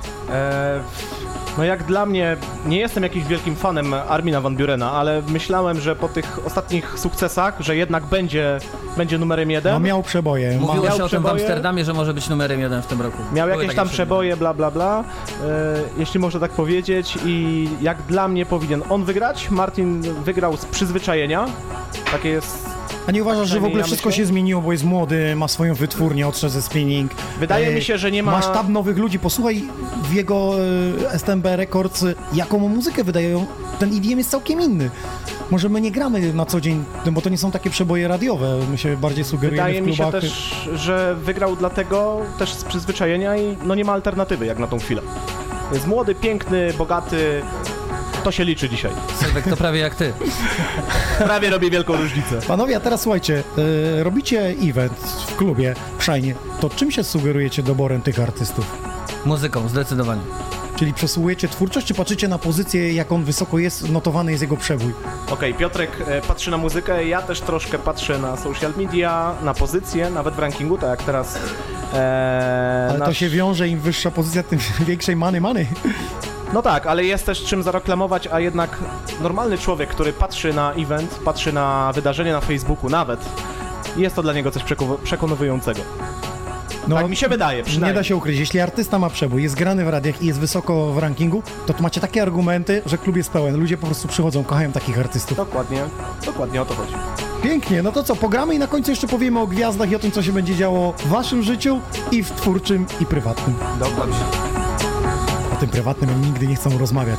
No jak dla mnie, nie jestem jakimś wielkim fanem Armina van Burena, ale myślałem, że po tych ostatnich sukcesach, że jednak będzie numerem 1. No miał przeboje. Mówiło się o tym w przeboje. Amsterdamie, że może być numerem 1 w tym roku. Miał Były jakieś takie tam przebiegi. przeboje, bla bla bla, jeśli można tak powiedzieć, i jak dla mnie powinien on wygrać. Martin wygrał z przyzwyczajenia, takie jest. A nie uważasz, że w ogóle Ja wszystko myślę- się zmieniło, bo jest młody, ma swoją wytwórnię, odszedł ze spinning. Wydaje mi się, że nie ma- Ma sztab nowych ludzi. Posłuchaj w jego STMB Records, jaką muzykę wydają. Ten EDM jest całkiem inny. może my nie gramy na co dzień, no bo to nie są takie przeboje radiowe, my się bardziej sugerujemy Wydaje w mi się klubach. też, że wygrał dlatego też z przyzwyczajenia i no nie ma alternatywy jak na tą chwilę. Jest młody, piękny, bogaty, to się liczy dzisiaj. Sylwek to prawie jak ty. Prawie robi wielką różnicę. Panowie, a teraz słuchajcie, robicie event w klubie w Szajnie, to czym się sugerujecie doborem tych artystów? Muzyką, zdecydowanie. Czyli przesłuchujecie twórczość, czy patrzycie na pozycję, jak on wysoko jest, notowany jest jego przebój? Okej, Piotrek patrzy na muzykę, ja też troszkę patrzę na social media, na pozycję, nawet w rankingu, tak jak teraz. Ale to się wiąże, im wyższa pozycja, tym większej money. No tak, ale jest też czym zareklamować, a jednak normalny człowiek, który patrzy na event, patrzy na wydarzenie na Facebooku nawet, jest to dla niego coś przekonującego. No, tak mi się wydaje, przynajmniej. Nie da się ukryć, jeśli artysta ma przebój, jest grany w radiach i jest wysoko w rankingu, to macie takie argumenty, że klub jest pełen. Ludzie po prostu przychodzą, kochają takich artystów. Dokładnie o to chodzi. Pięknie, no to co, pogramy i na końcu jeszcze powiemy o gwiazdach i o tym, co się będzie działo w waszym życiu i w twórczym i prywatnym. Dokładnie. O tym prywatnym nigdy nie chcą rozmawiać.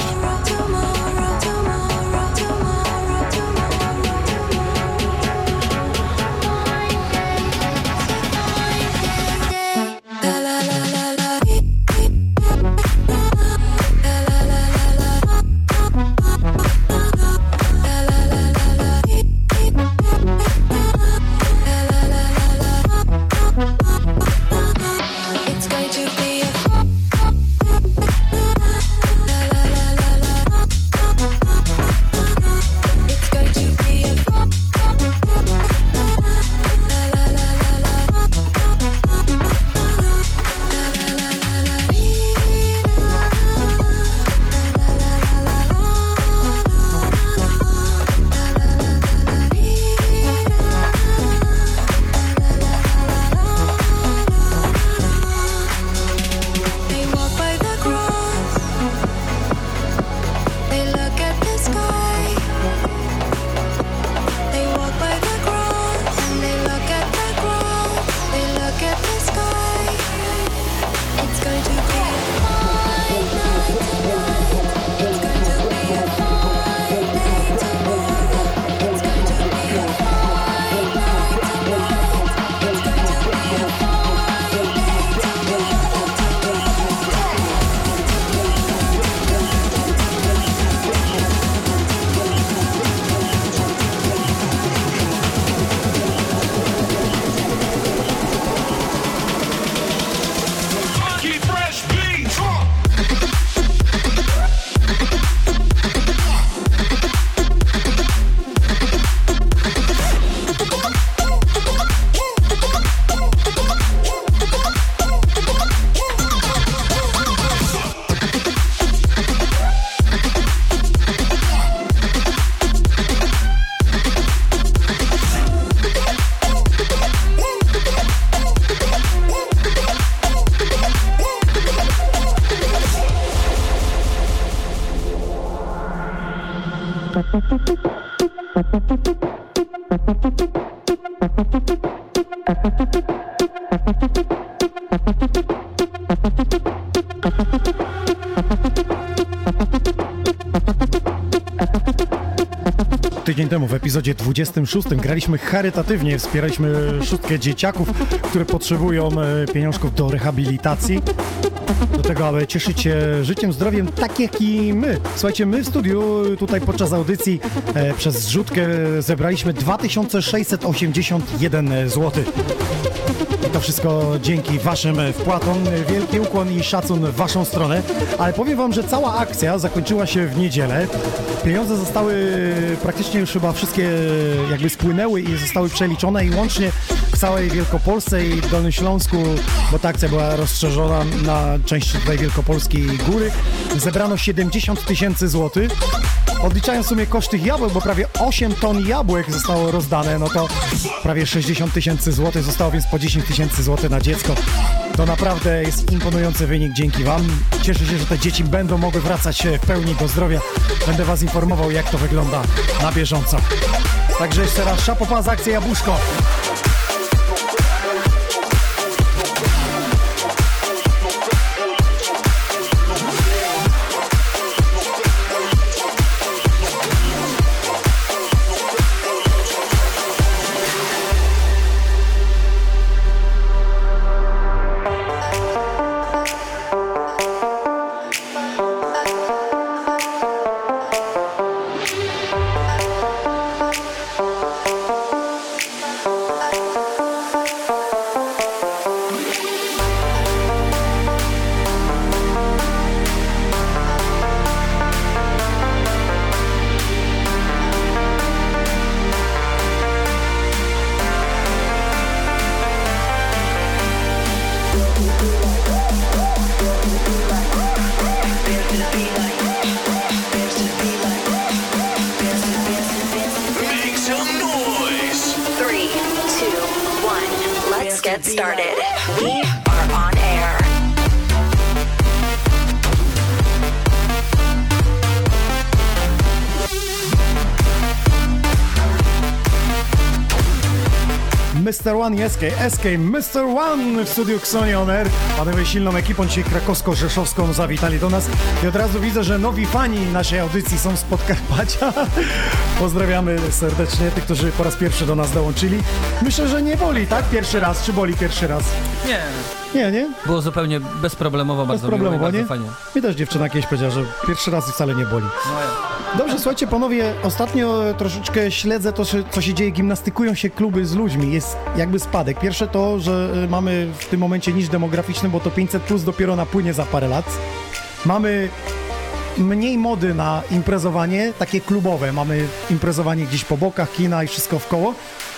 It's going to be a Tydzień temu w epizodzie 26 graliśmy charytatywnie, wspieraliśmy szóstkę dzieciaków, które potrzebują pieniążków do rehabilitacji, do tego, aby cieszyć się życiem, zdrowiem, tak jak i my. Słuchajcie, my w studiu tutaj podczas audycji przez zrzutkę zebraliśmy 2681 zł. I to wszystko dzięki waszym wpłatom. Wielki ukłon i szacun w waszą stronę. Ale powiem wam, że cała akcja zakończyła się w niedzielę. Pieniądze zostały praktycznie już chyba wszystkie jakby spłynęły i zostały przeliczone i łącznie w całej Wielkopolsce i Dolnym Śląsku, bo ta akcja była rozszerzona na część tutaj Wielkopolskiej Góry, zebrano 70 000 złotych. Odliczając w sumie koszt tych jabłek, bo prawie 8 ton jabłek zostało rozdane, no to prawie 60 000 złotych zostało, więc po 10 000 złotych na dziecko. To naprawdę jest imponujący wynik dzięki wam. Cieszę się, że te dzieci będą mogły wracać w pełni do zdrowia. Będę was informował, jak to wygląda na bieżąco. Także jeszcze raz szapopa za akcję Jabłuszko. get started. We are on air. Mr. One i SK, Mr. One w studiu Xoni On Air. Panowie silną ekipą dzisiaj krakowsko-rzeszowską zawitali do nas i od razu widzę, że nowi fani naszej audycji są z Podkarpacia. Pozdrawiamy serdecznie tych, którzy po raz pierwszy do nas dołączyli. Myślę, że nie boli, tak? Pierwszy raz, czy boli pierwszy raz? Nie? Było zupełnie bezproblemowo, bardzo bezproblemowo, miło i nie? bardzo fajnie. Mi też dziewczyna kiedyś powiedziała, że pierwszy raz wcale nie boli. No ja. Dobrze, słuchajcie, panowie, ostatnio troszeczkę śledzę to, co się dzieje. Gimnastykują się kluby z ludźmi. Jest jakby spadek. Pierwsze to, że mamy w tym momencie niż demograficzny, bo to 500+ dopiero napłynie za parę lat. Mamy mniej mody na imprezowanie, takie klubowe. Mamy imprezowanie gdzieś po bokach kina i wszystko w koło.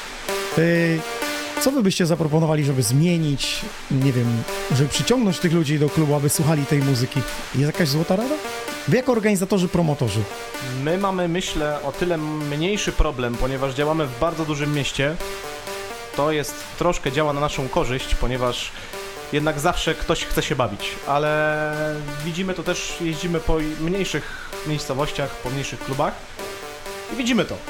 Co wy byście zaproponowali, żeby zmienić, nie wiem, żeby przyciągnąć tych ludzi do klubu, aby słuchali tej muzyki? Jest jakaś złota rada? Wy jako organizatorzy, promotorzy. My mamy, myślę, o tyle mniejszy problem, ponieważ działamy w bardzo dużym mieście. To jest troszkę działa na naszą korzyść, ponieważ jednak zawsze ktoś chce się bawić, ale widzimy to też, jeździmy po mniejszych miejscowościach, po mniejszych klubach i widzimy to.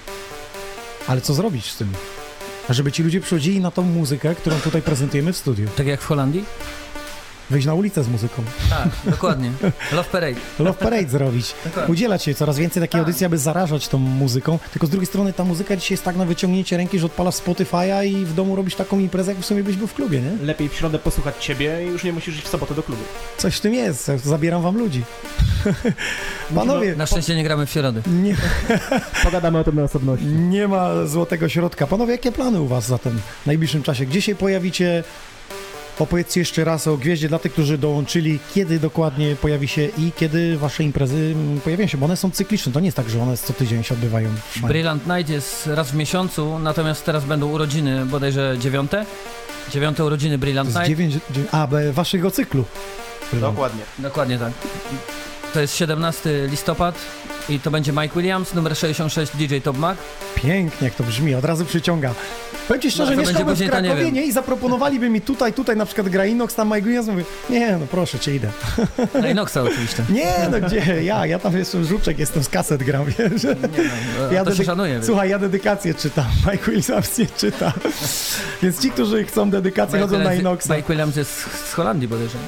Ale co zrobić z tym? Żeby ci ludzie przychodzili na tą muzykę, którą tutaj prezentujemy w studiu. Tak jak w Holandii? Wyjść na ulicę z muzyką. Tak, dokładnie. Love Parade. Love Parade zrobić. Dokładnie. Udzielać się coraz więcej takiej audycji, aby zarażać tą muzyką. Tylko z drugiej strony ta muzyka dzisiaj jest tak na wyciągnięcie ręki, że odpalasz Spotify'a i w domu robisz taką imprezę, jak w sumie byś był w klubie, nie? Lepiej w środę posłuchać ciebie i już nie musisz iść w sobotę do klubu. Coś w tym jest. Zabieram wam ludzi. Panowie... Na szczęście nie gramy w środę. Nie, Pogadamy o tym na osobności. nie ma złotego środka. Panowie, jakie plany u was zatem w najbliższym czasie? Gdzie się pojawicie? Opowiedzcie jeszcze raz o Gwieździe dla tych, którzy dołączyli, kiedy dokładnie pojawi się i kiedy wasze imprezy pojawią się, bo one są cykliczne, to nie jest tak, że one co tydzień się odbywają. Brilliant Night jest raz w miesiącu, natomiast teraz będą urodziny, bodajże 9. 9 urodziny Brilliant To jest Night. waszego cyklu. Dokładnie. Dokładnie tak. To jest 17 listopad i to będzie Mike Williams, numer 66 DJ Top Mac. Pięknie, jak to brzmi, od razu przyciąga. Powiem ci szczerze, No, mieszkałbym w później, to nie Krakowie, wiem. nie? I zaproponowali mi tutaj na przykład gra Inox, tam Mike Williams, mówię, nie, no proszę cię, idę. Na Inoxa oczywiście. Nie, no gdzie, ja tam jestem żuczek, jestem z kaset gram, wiesz. Nie, to się szanuje. Słuchaj, ja dedykację czytam, Mike Williams nie czyta. Więc ci, którzy chcą dedykację, chodzą na Inoxa. Mike Williams jest z Holandii bodajże.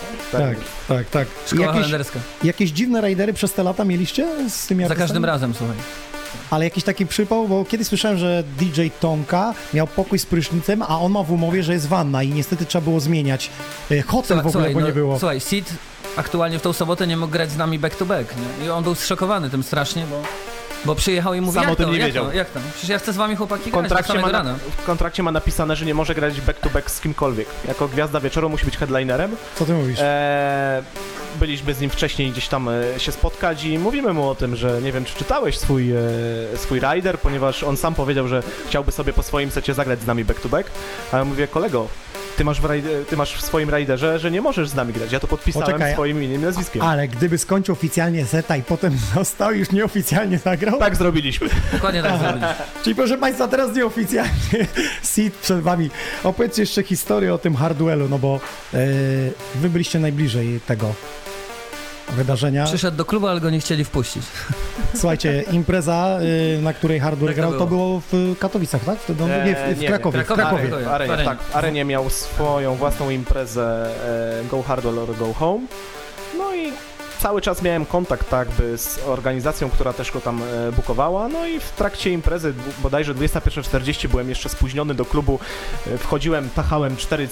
Tak. Szkoła holenderska. Jakieś dziwne rajdery przez te lata mieliście z tymi Za artystami? każdym razem, słuchaj. Ale jakiś taki przypał, bo kiedyś słyszałem, że DJ Tomka miał pokój z prysznicem, a on ma w umowie, że jest wanna i niestety trzeba było zmieniać. Hotel w ogóle, bo nie było. Słuchaj, Sid aktualnie w tą sobotę nie mógł grać z nami back to back, nie? I on był zszokowany tym strasznie, bo przyjechał i mówi, Sam jak o tym to, nie jak wiedział. to, jak to? Przecież ja chcę z wami chłopaki W grać do samego rana. kontrakcie ma napisane, że nie może grać back to back z kimkolwiek. Jako gwiazda wieczoru musi być headlinerem. Co ty mówisz? Byliśmy z nim wcześniej gdzieś tam się spotkać i mówimy mu o tym, że nie wiem, czy czytałeś swój rider, ponieważ on sam powiedział, że chciałby sobie po swoim secie zagrać z nami back to back. A ja mówię, kolego, ty masz w swoim riderze, że nie możesz z nami grać. Ja to podpisałem swoim imieniem i nazwiskiem. Ale gdyby skończył oficjalnie seta i potem został, już nieoficjalnie zagrał? Tak zrobiliśmy. Dokładnie tak zrobiliśmy. Czyli proszę Państwa, teraz nieoficjalnie Sid przed Wami. Opowiedzcie jeszcze historię o tym Hardwellu, no bo Wy byliście najbliżej tego wydarzenia. Przyszedł do klubu, ale go nie chcieli wpuścić. Słuchajcie, impreza, na której Hardwell Jak to grał, było? to było w Katowicach, tak? W Krakowie. W Arenie, tak. W Arenie miał swoją własną imprezę Go Hardwell or Go Home. No i cały czas miałem kontakt tak jakby z organizacją, która też go tam bookowała. No i w trakcie imprezy, bodajże 21:40, byłem jeszcze spóźniony do klubu. Wchodziłem, tachałem 4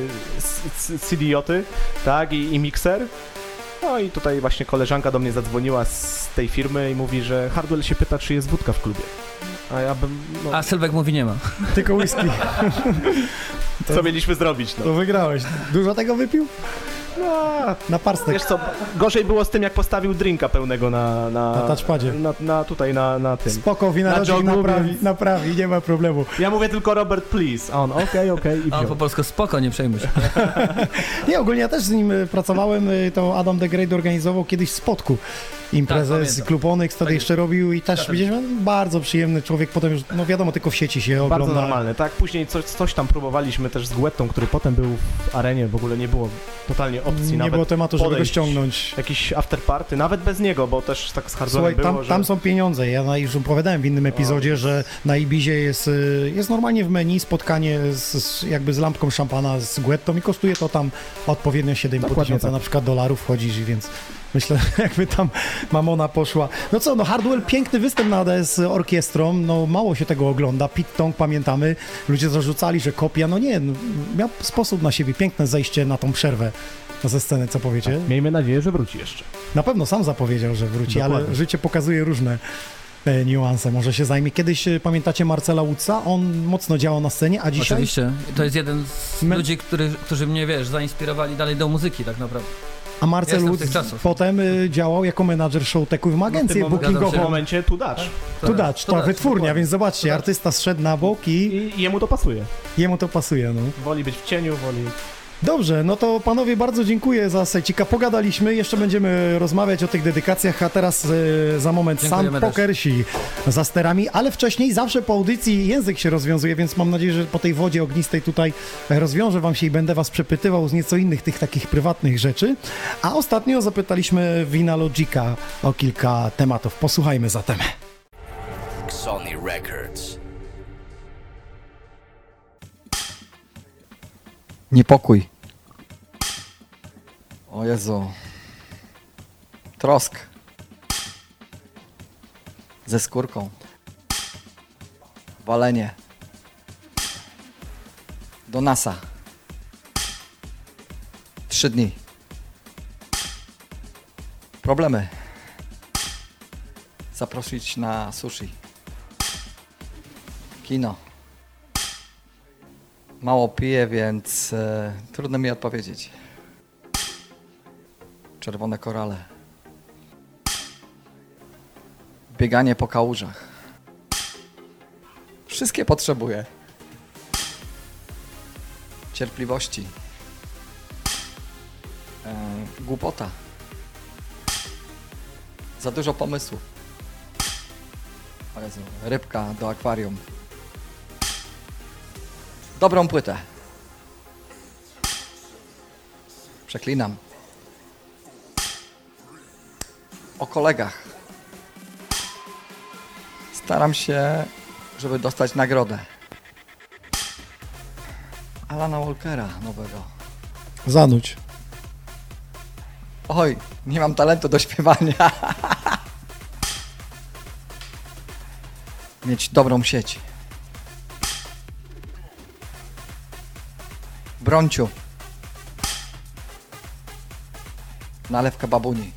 CD-joty, tak, i mikser. No i tutaj właśnie koleżanka do mnie zadzwoniła z tej firmy i mówi, że Hardwell się pyta, czy jest wódka w klubie. A ja bym... No, A Sylwek mówi, nie ma. Tylko whisky. co mieliśmy zrobić, no. To wygrałeś. Dużo tego wypił? No, na parstek. Wiesz co, gorzej było z tym, jak postawił drinka pełnego na touchpadzie. Tutaj na tym. Spoko, winalodzik naprawi, nie ma problemu. Ja mówię tylko Robert, please. A on, okej. I a on po polsku spoko, nie przejmuj się. Nie, ogólnie ja też z nim pracowałem, to Adam The Great organizował kiedyś w Spodku. imprezę Tak, z pamiętam. Klub Onyx, wtedy jeszcze robił i też widzieliśmy, bardzo przyjemny człowiek, potem już, no wiadomo, tylko w sieci się Bardzo ogląda. normalne, tak? Później coś tam próbowaliśmy też z Guettą, który potem był w arenie, w ogóle nie było totalnie opcji Nie nawet było tematu, żeby go podejść. ściągnąć. Jakiś afterparty, nawet bez niego, bo też tak z Hardzonem Słuchaj, było, tam są pieniądze. Ja już opowiadałem w innym epizodzie, że na Ibizie jest normalnie w menu spotkanie jakby z lampką szampana z Guettą i kosztuje to tam odpowiednio 7,5 tysiąca na przykład dolarów wchodzisz, więc myślę, jakby tam mamona poszła. No co, no Hardwell, piękny występ z orkiestrą, no mało się tego ogląda. Pete Tong, pamiętamy, ludzie zarzucali, że kopia, no nie, no, miał sposób na siebie, piękne zejście na tą przerwę ze sceny, co powiecie? Tak, miejmy nadzieję, że wróci jeszcze. Na pewno sam zapowiedział, że wróci, Dokładnie. ale życie pokazuje różne niuanse. Może się zajmie. Kiedyś, pamiętacie Marcela Woodsa? On mocno działał na scenie, a dzisiaj... Oczywiście. To jest jeden z ludzi, którzy mnie, zainspirowali dalej do muzyki tak naprawdę. A Marcel Jestem Woods z tych czasów. potem działał jako menadżer showtechu w agencję W bookingową. tym momencie Tudacz. Tudacz, to wytwórnia, więc zobaczcie, artysta zszedł na bok I jemu to pasuje. Jemu to pasuje, no. Woli być w cieniu, woli... Dobrze, no to panowie, bardzo dziękuję za secika. Pogadaliśmy, jeszcze będziemy rozmawiać o tych dedykacjach, a teraz za moment Dziękujemy Sam też. Pokersi za sterami, ale wcześniej zawsze po audycji język się rozwiązuje, więc mam nadzieję, że po tej wodzie ognistej tutaj rozwiążę wam się i będę was przepytywał z nieco innych tych takich prywatnych rzeczy. A ostatnio zapytaliśmy Wina Logica o kilka tematów. Posłuchajmy zatem. Sony Records. Niepokój. O Jezu. Trosk. Ze skórką. Walenie. Do NASA. 3 dni. Problemy. Zaprosić na sushi. Kino. Mało piję, więc trudno mi odpowiedzieć. Czerwone korale. Bieganie po kałużach. Wszystkie potrzebuję. Cierpliwości. Głupota. Za dużo pomysłów. O Jezu, rybka do akwarium. Dobrą płytę. Przeklinam. O kolegach. Staram się, żeby dostać nagrodę. Alana Walkera nowego. Zanuć. Oj, nie mam talentu do śpiewania. Mieć dobrą sieć. Bronciu. Nalewka babuni.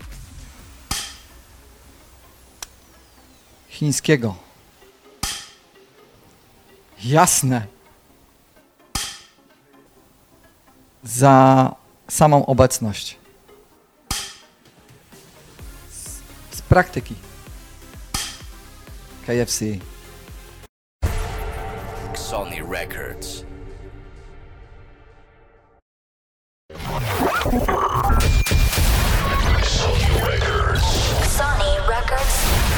Chińskiego. Jasne. Za samą obecność. Z praktyki. KFC. Sony Records. Sony Records.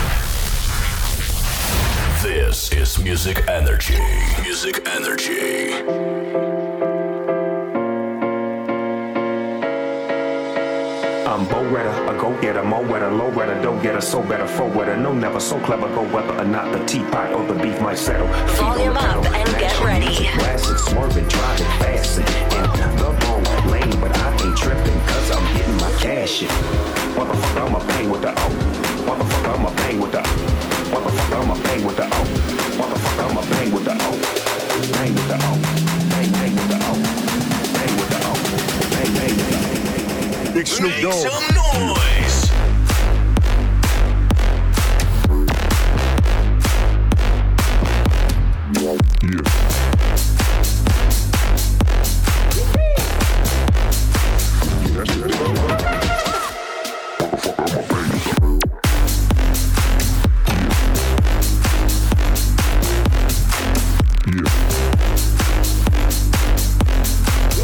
This is Music Energy. Music Energy. I'm Bo-Wetter, a go-getter, mo-wetter, low-wetter, dough-getter, so-better, foe-wetter, no never, so clever, go whether or not the teapot or the beef might settle. Volume up and get ready. Blasting, swerving, driving fast in the wrong lane, but I ain't tripping, cause I'm getting my cash in. Motherfucker, I'ma pay with the O. Motherfucker, I'ma pay with the O. Motherfucker, I'ma pay with the O. Motherfucker, I'ma pay with the O. Pay with the O. Pay with the O. Pay with the O. Pay with the O. Big Snoop Dogg. Make some noise.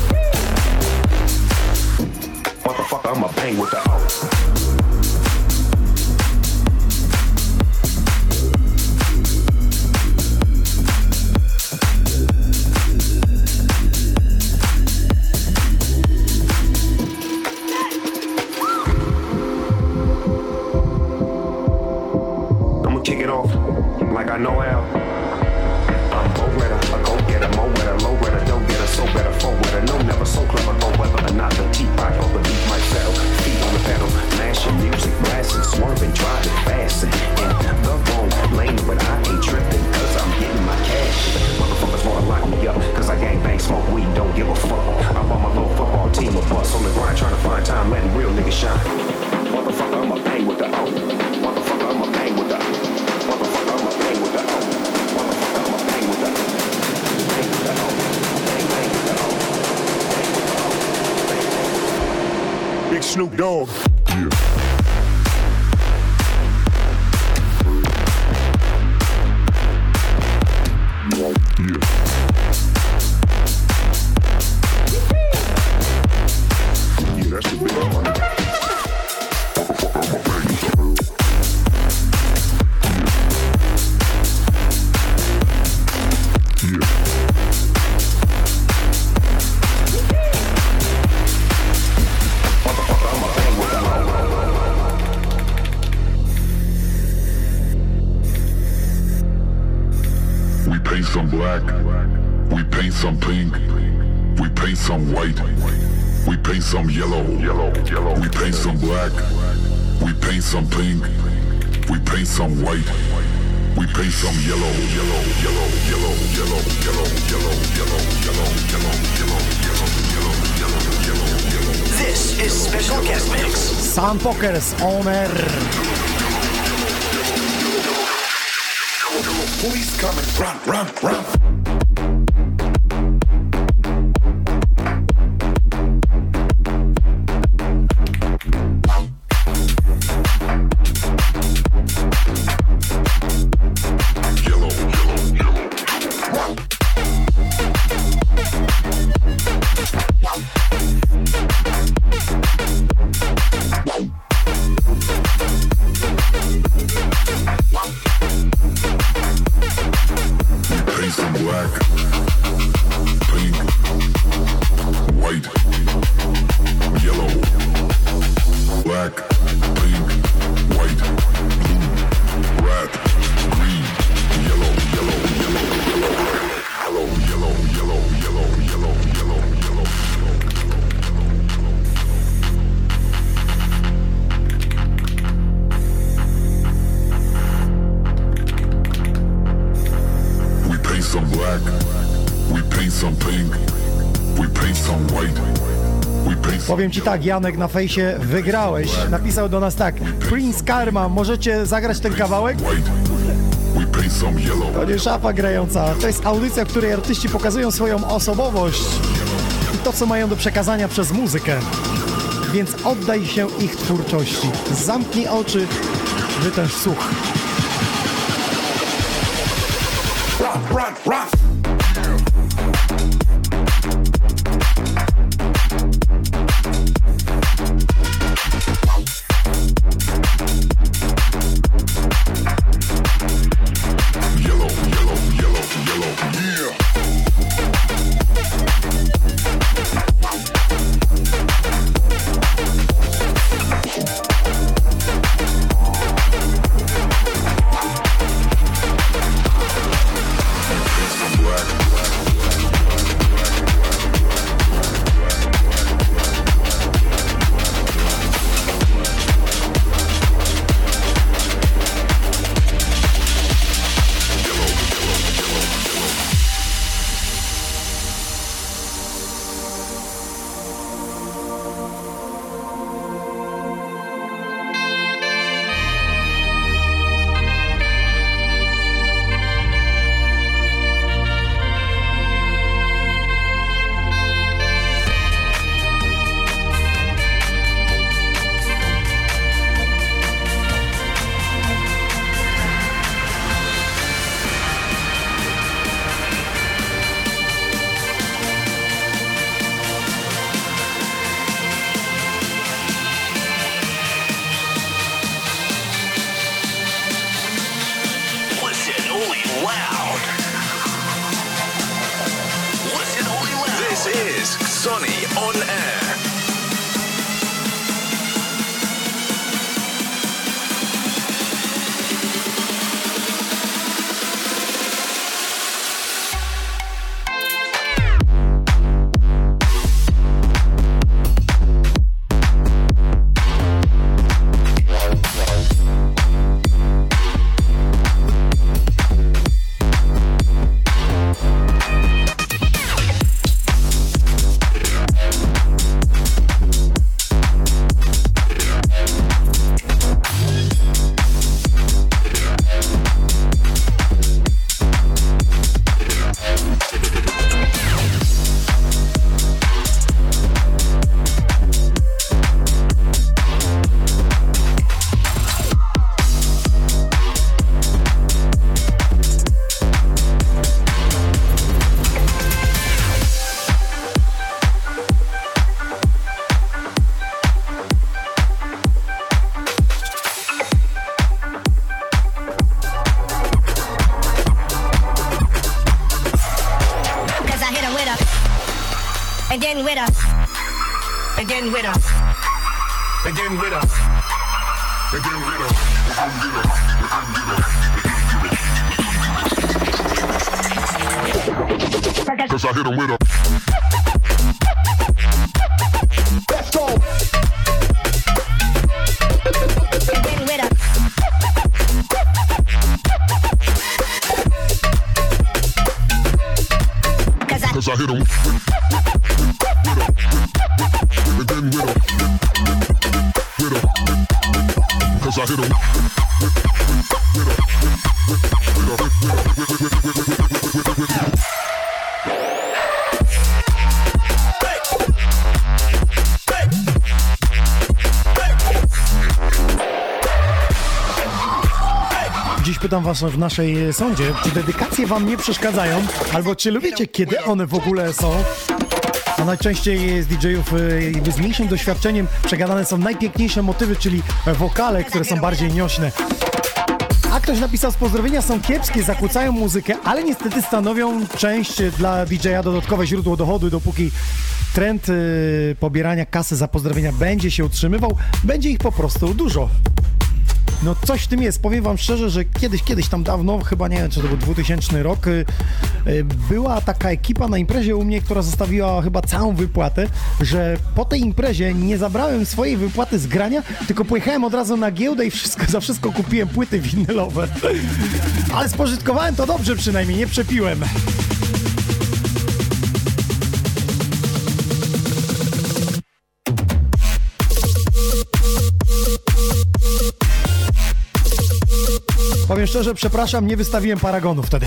Motherfucker, I'ma bang with the O. passing, swerving, driving fast in the wrong lane, but I ain't tripping, cause I'm getting my cash. Motherfuckers wanna lock me up, cause I gang bang, smoke weed, don't give a fuck. I bought my little football team a bus on the grind, trying to find time, letting real niggas shine. Motherfucker, I'ma bang with the O. Motherfucker, I'ma bang with the O. Motherfucker, I'ma bang with the O. Motherfucker, I'ma bang with the O. Bang with the O. Bang, bang with the O. Bang with the O. Big Snoop Dogg. Yeah. Some black, we paint some pink, we paint some white, we paint some yellow, we paint some black, we paint some pink, we paint some white, we paint some yellow. This is Special Guest Mix. Sam Pokers on air. Police coming, run. Powiem ci tak, Janek, na fejsie wygrałeś. Napisał do nas tak: Prince Karma, możecie zagrać ten kawałek? To nie szafa grająca, to jest audycja, w której artyści pokazują swoją osobowość i to, co mają do przekazania przez muzykę. Więc oddaj się ich twórczości. Zamknij oczy, wytęż słuch. Run. Again with us. Again with us. Again with us. Again with us. Cause I hit him with a. Let's go. Again with us. Cause I hit him. Again with a. Cause I hit him. Dziś pytam was w naszej sądzie, czy dedykacje wam nie przeszkadzają, albo czy lubicie, kiedy one w ogóle są? A najczęściej z DJ-ów z mniejszym doświadczeniem przegadane są najpiękniejsze motywy, czyli wokale, które są bardziej niośne. A ktoś napisał, z pozdrowienia są kiepskie, zakłócają muzykę, ale niestety stanowią część dla DJ-a dodatkowe źródło dochodu, dopóki trend pobierania kasy za pozdrowienia będzie się utrzymywał, będzie ich po prostu dużo. No coś w tym jest, powiem wam szczerze, że kiedyś tam dawno, chyba nie wiem, czy to był 2000 rok, była taka ekipa na imprezie u mnie, która zostawiła chyba całą wypłatę, że po tej imprezie nie zabrałem swojej wypłaty z grania, tylko pojechałem od razu na giełdę i za wszystko kupiłem płyty winylowe. Ale spożytkowałem to dobrze przynajmniej, nie przepiłem. Powiem szczerze, przepraszam, nie wystawiłem paragonu wtedy.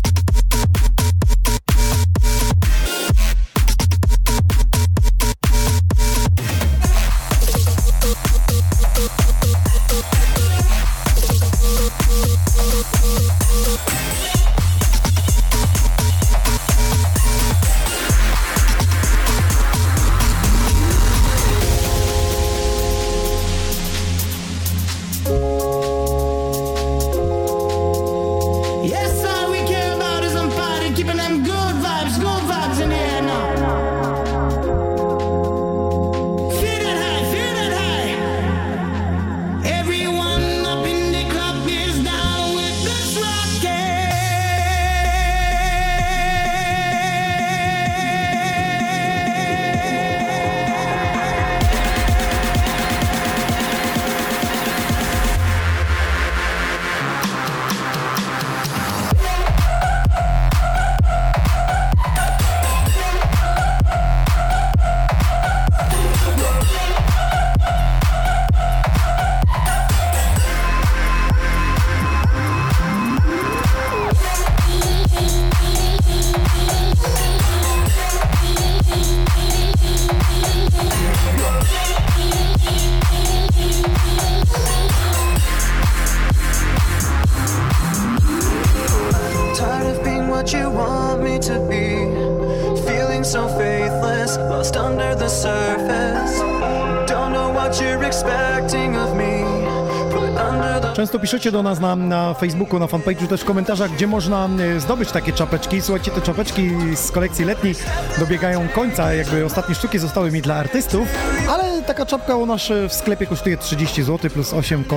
Często piszecie do nas na Facebooku, na fanpage'u, też w komentarzach, gdzie można zdobyć takie czapeczki. Słuchajcie, te czapeczki z kolekcji letniej dobiegają końca, jakby ostatnie sztuki zostały mi dla artystów, ale taka czapka u nas w sklepie kosztuje 30 zł plus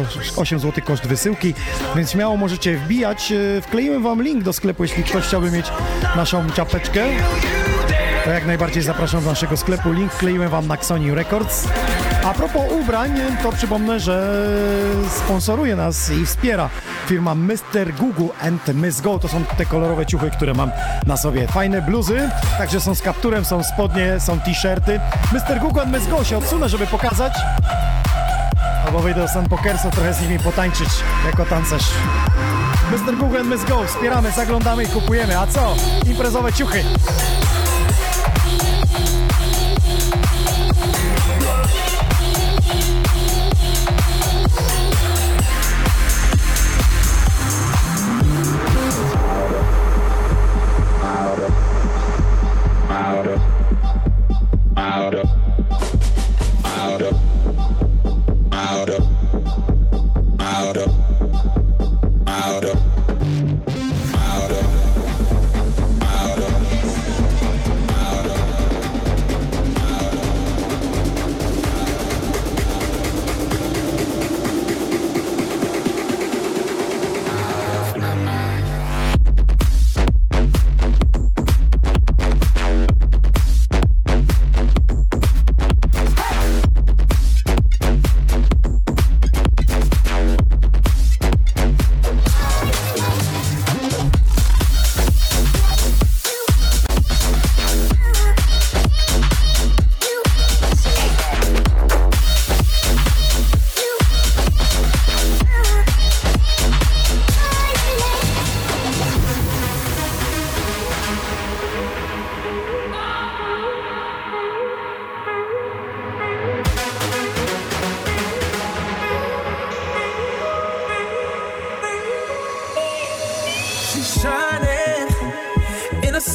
8 zł koszt wysyłki, więc śmiało możecie wbijać. Wkleiłem wam link do sklepu, jeśli ktoś chciałby mieć naszą czapeczkę. To jak najbardziej zapraszam do naszego sklepu. Link wkleiłem wam na Xoni Records. A propos ubrań, to przypomnę, że sponsoruje nas i wspiera firma Mr. Google and Miss Go. To są te kolorowe ciuchy, które mam na sobie. Fajne bluzy, także są z kapturem, są spodnie, są t-shirty. Mr. Google and Miss Go się odsunę, żeby pokazać. Albo wyjdę do San Pokersa trochę z nimi potańczyć jako tancerz. Mr. Google and Miss Go, wspieramy, zaglądamy i kupujemy. A co? Imprezowe ciuchy.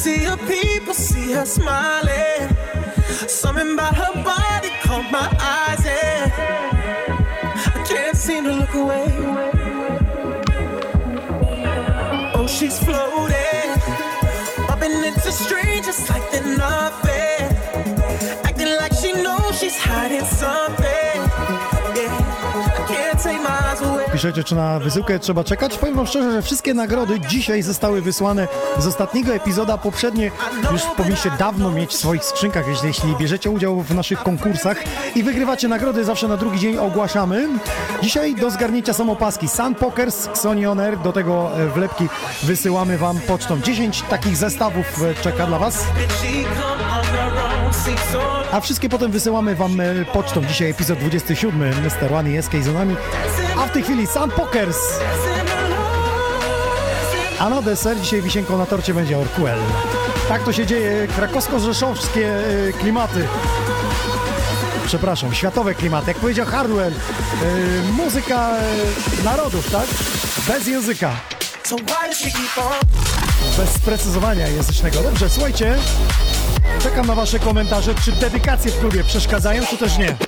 see her people, see her smiling. Something about her body caught my eyes and I can't seem to look away. Oh, she's floating, bumping into strangers like they're nothing, acting like she knows she's hiding something. Yeah, I can't take my eyes away. Piszecie, czy na wysyłkę trzeba czekać? Powiem wam szczerze, że wszystkie nagrody dzisiaj zostały wysłane z ostatniego epizoda. Poprzednie już powinniście dawno mieć w swoich skrzynkach, jeśli bierzecie udział w naszych konkursach i wygrywacie nagrody, zawsze na drugi dzień ogłaszamy. Dzisiaj do zgarnięcia są opaski Sun Pokers, Sony On Air, do tego wlepki wysyłamy wam pocztą. 10 takich zestawów czeka dla was. A wszystkie potem wysyłamy wam pocztą. Dzisiaj epizod 27, Mr. One i SK z nami. A w tej chwili Sun Pokers. A na deser dzisiaj wisienką na torcie będzie Orkuel. Tak to się dzieje, krakowsko-rzeszowskie klimaty. Przepraszam, światowe klimaty. Jak powiedział Hardwell, muzyka narodów, tak? Bez języka. Bez sprecyzowania języcznego. Dobrze, słuchajcie. Czekam na wasze komentarze, czy dedykacje w klubie przeszkadzają, czy też nie.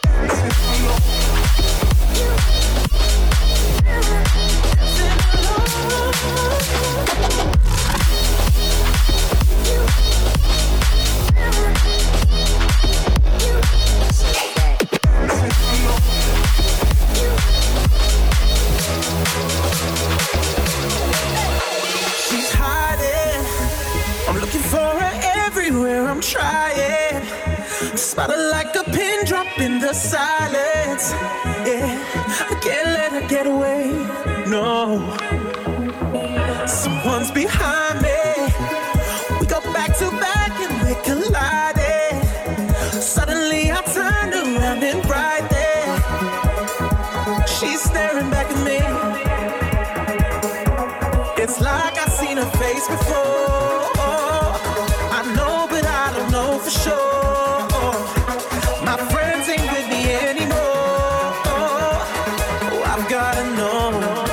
I'm trying, spot her like a pin drop in the silence. Yeah, I can't let her get away. No, someone's behind me. We go back to back and we're colliding. Suddenly I turned around and right there, she's staring back at me. It's like I've seen her face before. For sure, my friends ain't with me anymore. I've gotta know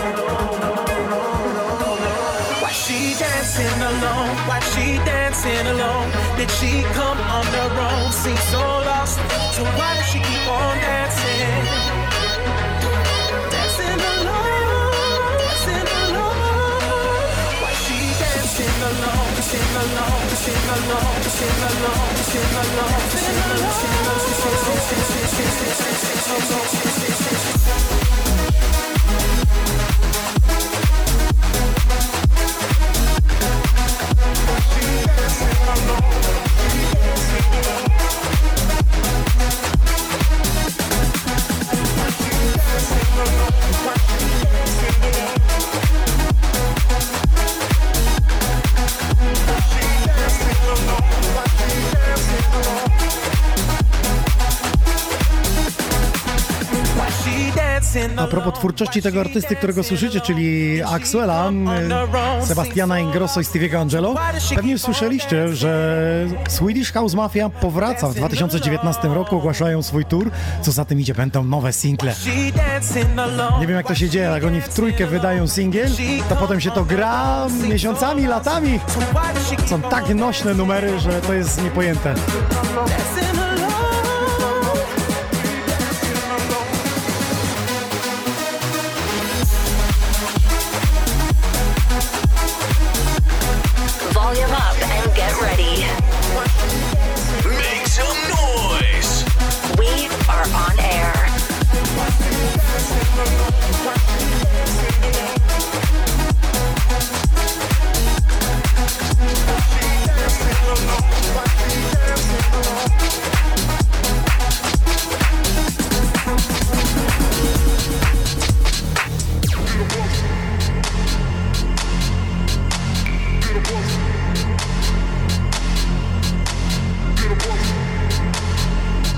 why she dancing alone. Why she dancing alone? Did she come on her own? Seems so lost. So why does she keep on dancing? Dancing alone, dancing alone. Why she dancing alone? Sing along, sing along, sing along, sing along, sing along, A propos twórczości tego artysty, którego słyszycie, czyli Axwella, Sebastiana Ingrosso i Stevie'ego Angelo, pewnie słyszeliście, że Swedish House Mafia powraca w 2019 roku, ogłaszają swój tour, co za tym idzie, będą nowe single. Nie wiem, jak to się dzieje, jak oni w trójkę wydają singiel, to potem się to gra miesiącami, latami. Są tak nośne numery, że to jest niepojęte.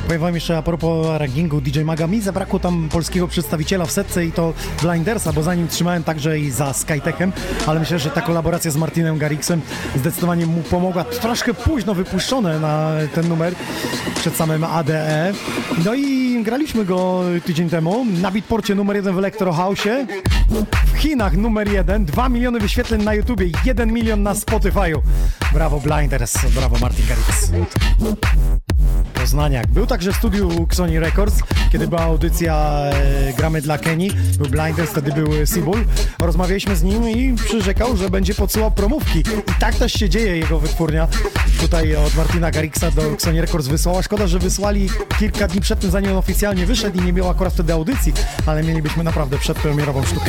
Powiem wam jeszcze a propos rankingu DJ Maga, mi zabrakło tam polskiego przedstawiciela w setce i to Blindersa, bo za nim trzymałem także i za Skytechem, ale myślę, że ta kolaboracja z Martinem Garrixem zdecydowanie mu pomogła. Troszkę późno wypuszczone na ten numer przed samym ADE. No i graliśmy go tydzień temu na Beatporcie numer 1 w Electro House'ie, w Chinach numer 1, 2 miliony wyświetleń na YouTubie, 1 milion na Spotify'u. Brawo Blinders, brawo Martin Garrix. Poznaniak. Był także w studiu Sony Records, kiedy była audycja Gramy dla Kenii. Był Blinders, wtedy był Seabull. Rozmawialiśmy z nim i przyrzekał, że będzie podsyłał promówki. I tak też się dzieje, jego wytwórnia. Tutaj od Martina Garrixa do Sony Records wysłała. Szkoda, że wysłali kilka dni przed tym, zanim on oficjalnie wyszedł i nie miał akurat wtedy audycji, ale mielibyśmy naprawdę przedpremierową sztukę.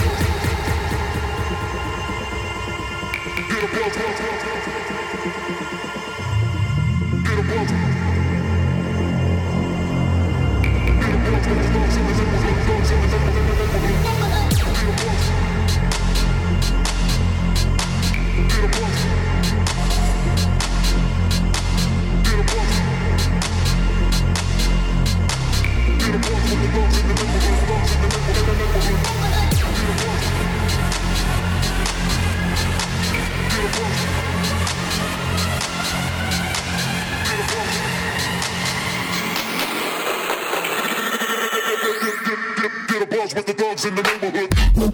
With the dogs in the neighborhood.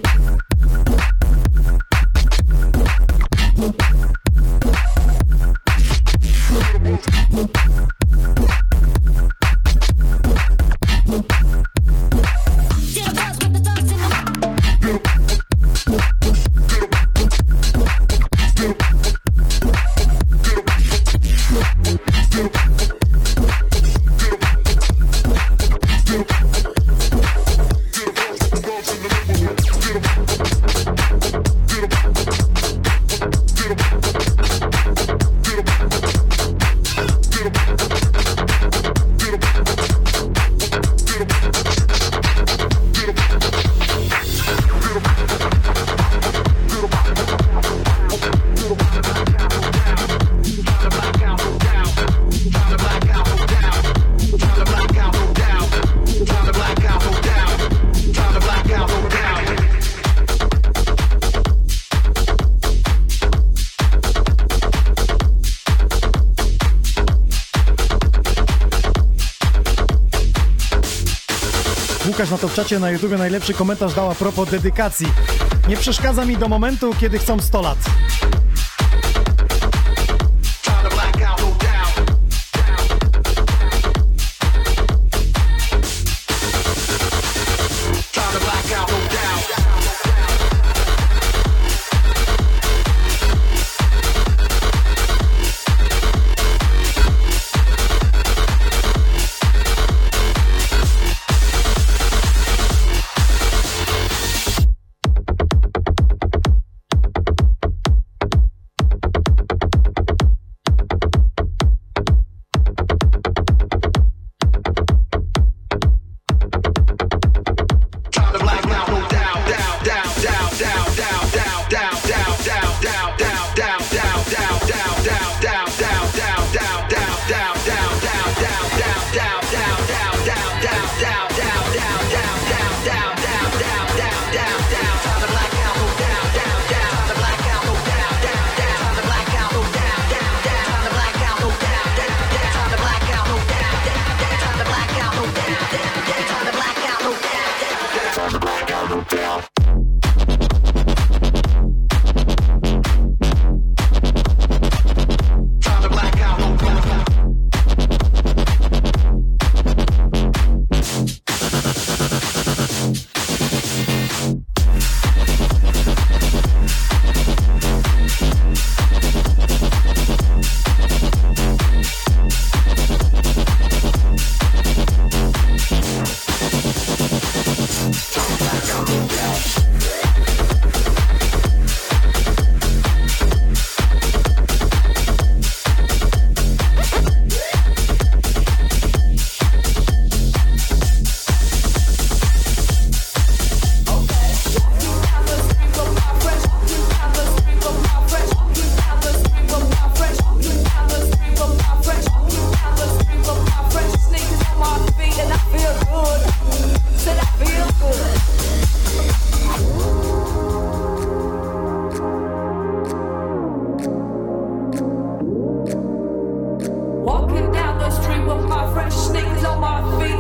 Łukasz na Topczacie na YouTubie najlepszy komentarz dał a propos dedykacji. Nie przeszkadza mi do momentu, kiedy chcą 100 lat.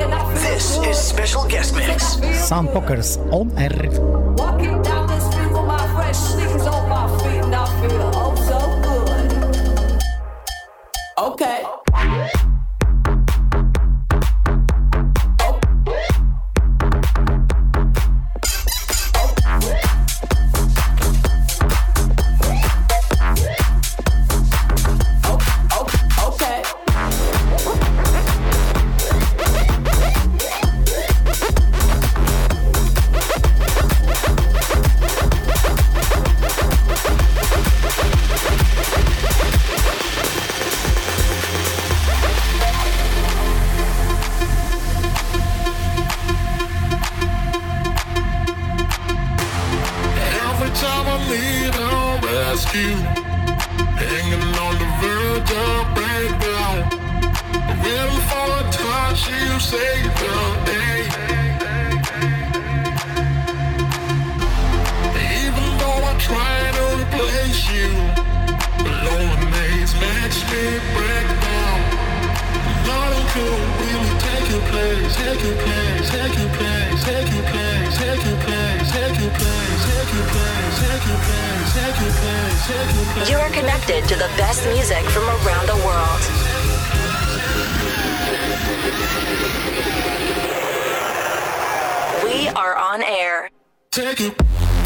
This is Special Guest Mix. Sun Pokers on air. Walking down the street with my fresh sneakers on my feet and I feel oh so good. Okay. You are connected to the best music from around the world. We are on air. Take it.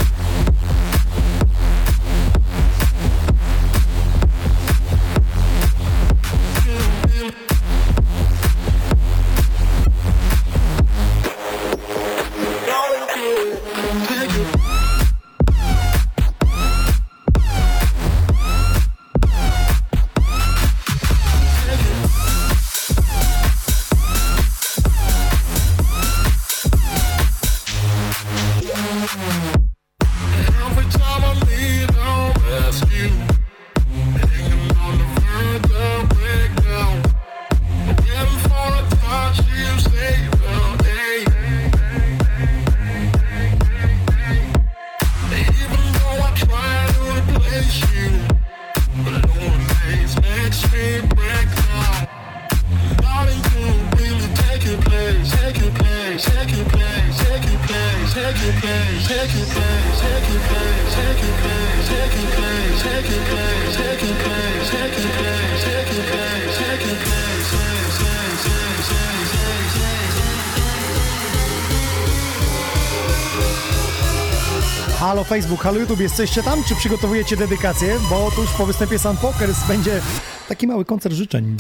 Halo Facebook, halo YouTube, jesteście tam? Czy przygotowujecie dedykację? Bo tuż po występie Sun Pokers będzie taki mały koncert życzeń.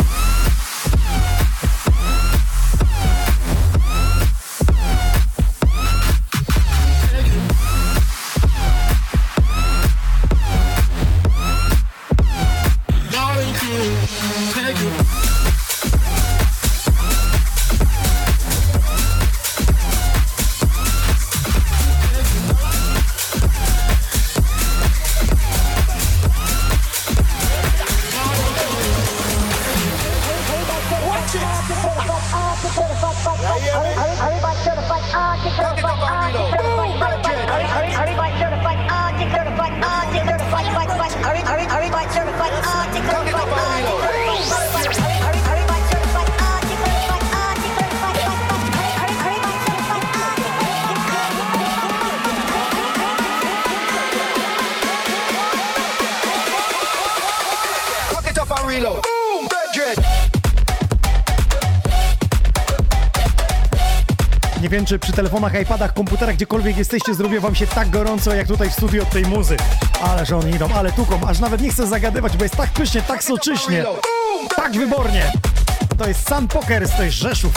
Nie wiem, czy przy telefonach, iPadach, komputerach, gdziekolwiek jesteście, zrobiło wam się tak gorąco, jak tutaj w studiu od tej muzy. Ależ oni idą, ale tuką, aż nawet nie chcę zagadywać, bo jest tak pysznie, tak soczyśnie, tak wybornie. To jest Sun Pokers, to jest Rzeszów.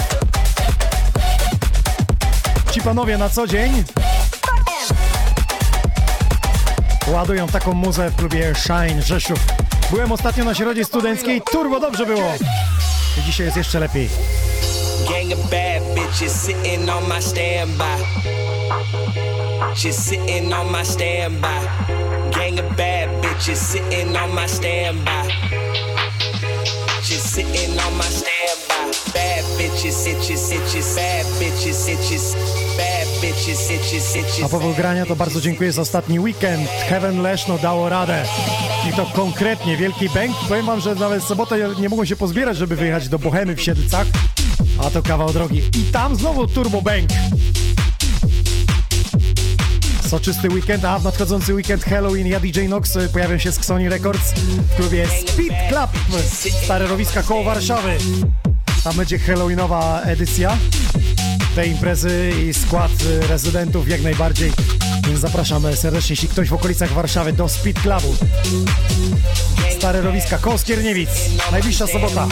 Ci panowie na co dzień ładują taką muzę w klubie Shine Rzeszów. Byłem ostatnio na środzie studenckiej, turbo dobrze było. I dzisiaj jest jeszcze lepiej. Gang of bad bitches sitting on my standby. Just sitting on my standby. Gang of bad bitches sitting on my standby. Just sitting on my standby. Bad bitches, itches, itches, bad bitches, itches, bad bitches, itches, itches. A po grania to bardzo dziękuję za ostatni weekend. Heaven Leszno dało radę. I to konkretnie, wielki bęk. Powiem wam, że nawet w sobotę nie mogłem się pozbierać, żeby wyjechać do Bohemy w Siedlcach. a to kawał drogi. I tam znowu Turbo Bank. Soczysty weekend, a w nadchodzący weekend Halloween ja DJ Nox pojawiam się z Xoni Records w klubie Speed Club, Stare Rowiska koło Warszawy. Tam będzie halloweenowa edycja tej imprezy i skład rezydentów jak najbardziej, więc zapraszamy serdecznie, jeśli ktoś w okolicach Warszawy, do Speed Clubu. Stare Rowiska koło Skierniewic, najbliższa sobota.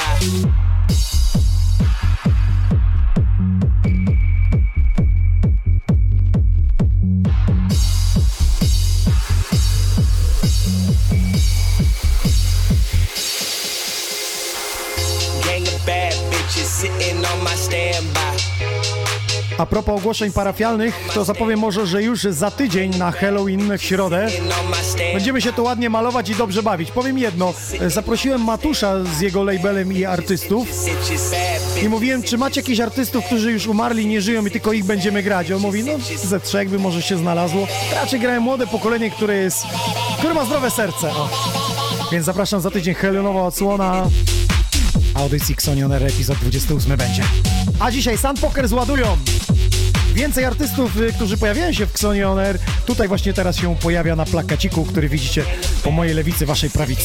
A propos ogłoszeń parafialnych, to zapowiem może, że już za tydzień na Halloween w środę będziemy się tu ładnie malować i dobrze bawić. Powiem jedno, zaprosiłem Matusza z jego labelem i artystów i mówiłem, czy macie jakichś artystów, którzy już umarli, nie żyją i tylko ich będziemy grać. On mówi, no ze 3 by może się znalazło. Raczej grałem młode pokolenie, które ma zdrowe serce. O. Więc zapraszam za tydzień, Halloweenowa odsłona audycji Xoni On Air, epizod 28 będzie. A dzisiaj Sandpoker zładują. Więcej artystów, którzy pojawiają się w Xoni On Air, tutaj właśnie teraz się pojawia na plakaciku, który widzicie po mojej lewicy, waszej prawicy.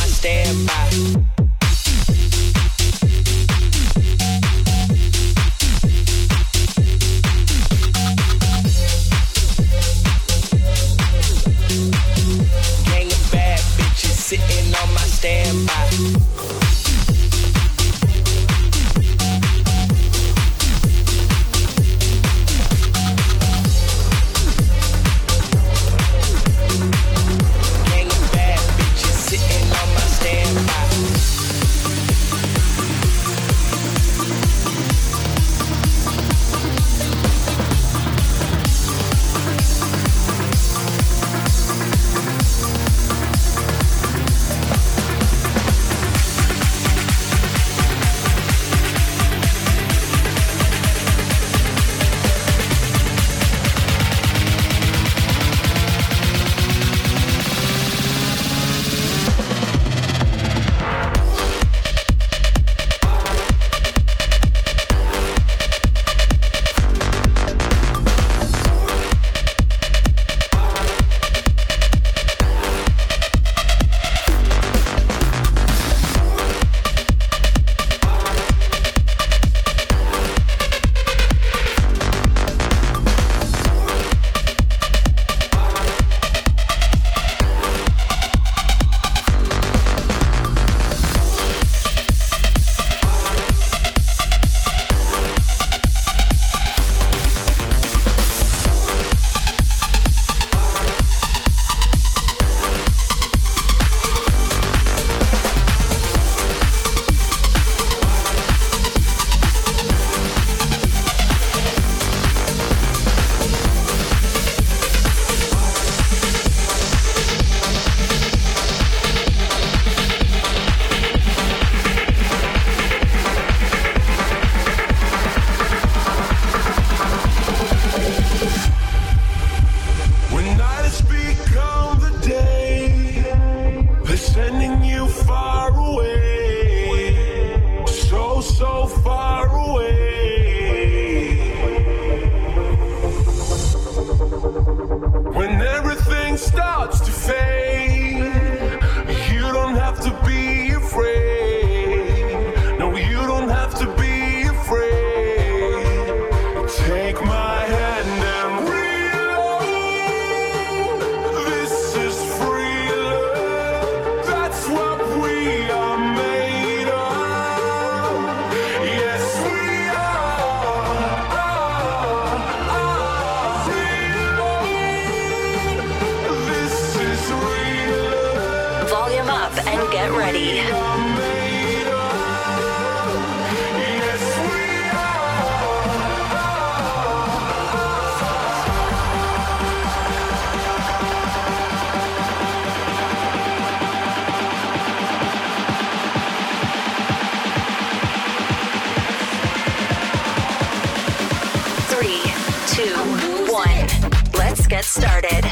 Get started.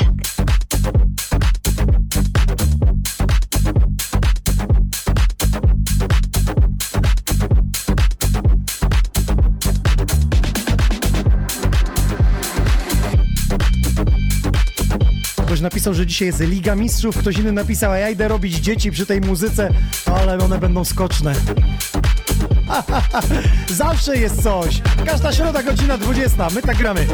napisał, że dzisiaj jest Liga Mistrzów, ktoś inny napisał, a ja idę robić dzieci przy tej muzyce, ale one będą skoczne. Zawsze jest coś. Każda środa, godzina 20. My tak gramy.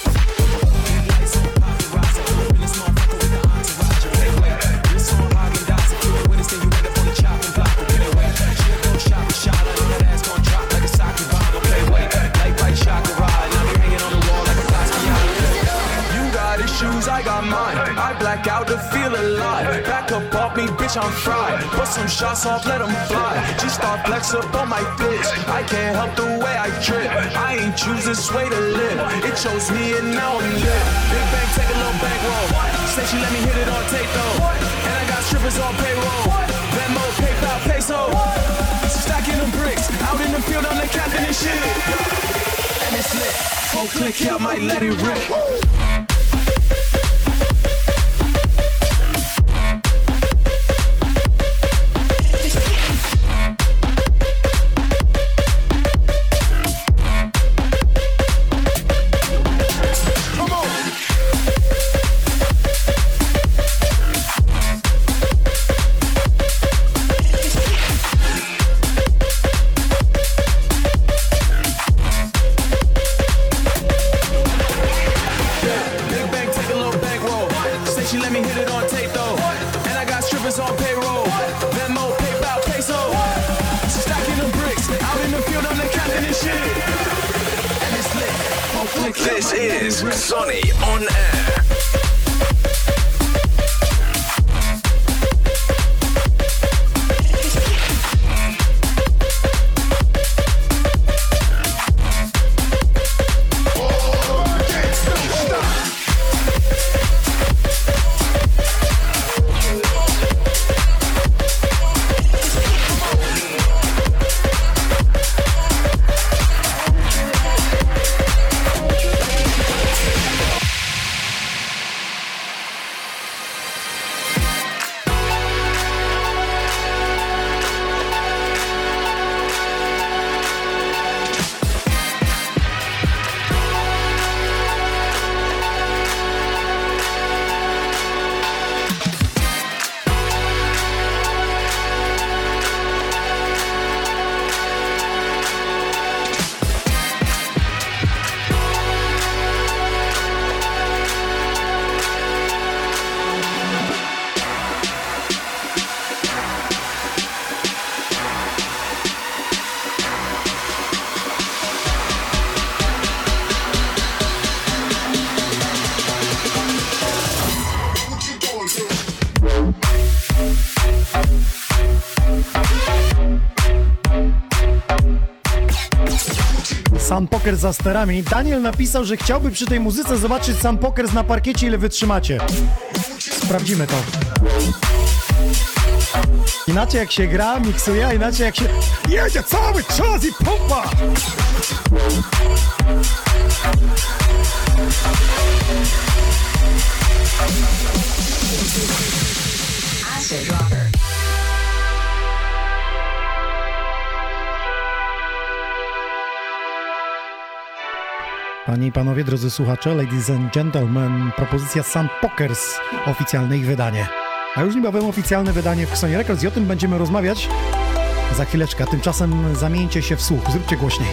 I got mine. I black out to feel alive. Back up off me, bitch, I'm fried. Bust some shots off, let them fly. G-Star flex up on my fist. I can't help the way I trip. I ain't choose this way to live. It chose me and now I'm lit. Big bang, take a little bankroll. Say she let me hit it on tape though. And I got strippers on payroll. Venmo, PayPal, peso. Stacking them bricks. Out in the field, I'm the captain and shit. And it's lit. Full click, yeah, I might let it rip. This is Sonny on Air. Sun Poker za sterami. Daniel napisał, że chciałby przy tej muzyce zobaczyć Sun Poker na parkiecie, ile wytrzymacie. Sprawdzimy to. Inaczej jak się gra, miksuje, a inaczej jak się jedzie cały czas i pompa! Acid Rocker. Panie i panowie, drodzy słuchacze, ladies and gentlemen, propozycja Sun Pokers, oficjalne ich wydanie. A już niebawem oficjalne wydanie w Xonie Records i o tym będziemy rozmawiać za chwileczkę. Tymczasem zamieńcie się w słuch, zróbcie głośniej.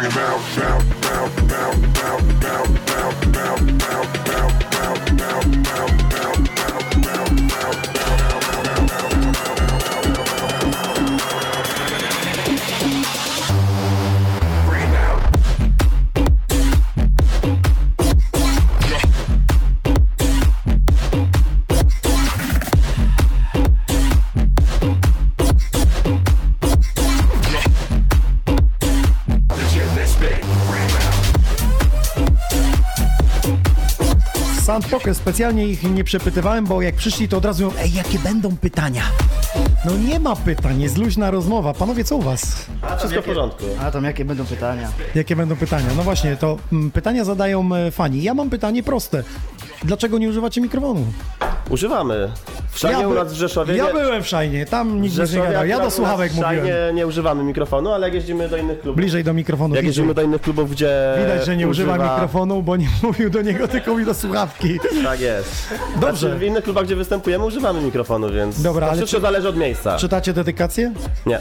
Sandpoker, specjalnie ich nie przepytywałem, bo jak przyszli, to od razu mówią, ej, jakie będą pytania? No nie ma pytań, jest luźna rozmowa. Panowie, co u was? Wszystko w porządku. A tam jakie będą pytania? Jakie będą pytania? No właśnie, to pytania zadają fani. Ja mam pytanie proste. Dlaczego nie używacie mikrofonu? Używamy. W Szajnie u nas w Rzeszowie... Ja byłem w Szajnie, tam nikt nie gadał. Ja do słuchawek mówiłem. W Szajnie nie używamy mikrofonu, ale jak jeździmy do innych klubów... Bliżej do mikrofonu. Jak jeździmy do innych klubów, gdzie widać, że nie używa mikrofonu, bo nie mówił do niego, tylko mówił do słuchawki. Tak jest. Dobrze. Znaczy, w innych klubach, gdzie występujemy, używamy mikrofonu, więc dobra, to wszystko zależy od miejsca. Czytacie dedykację? Nie.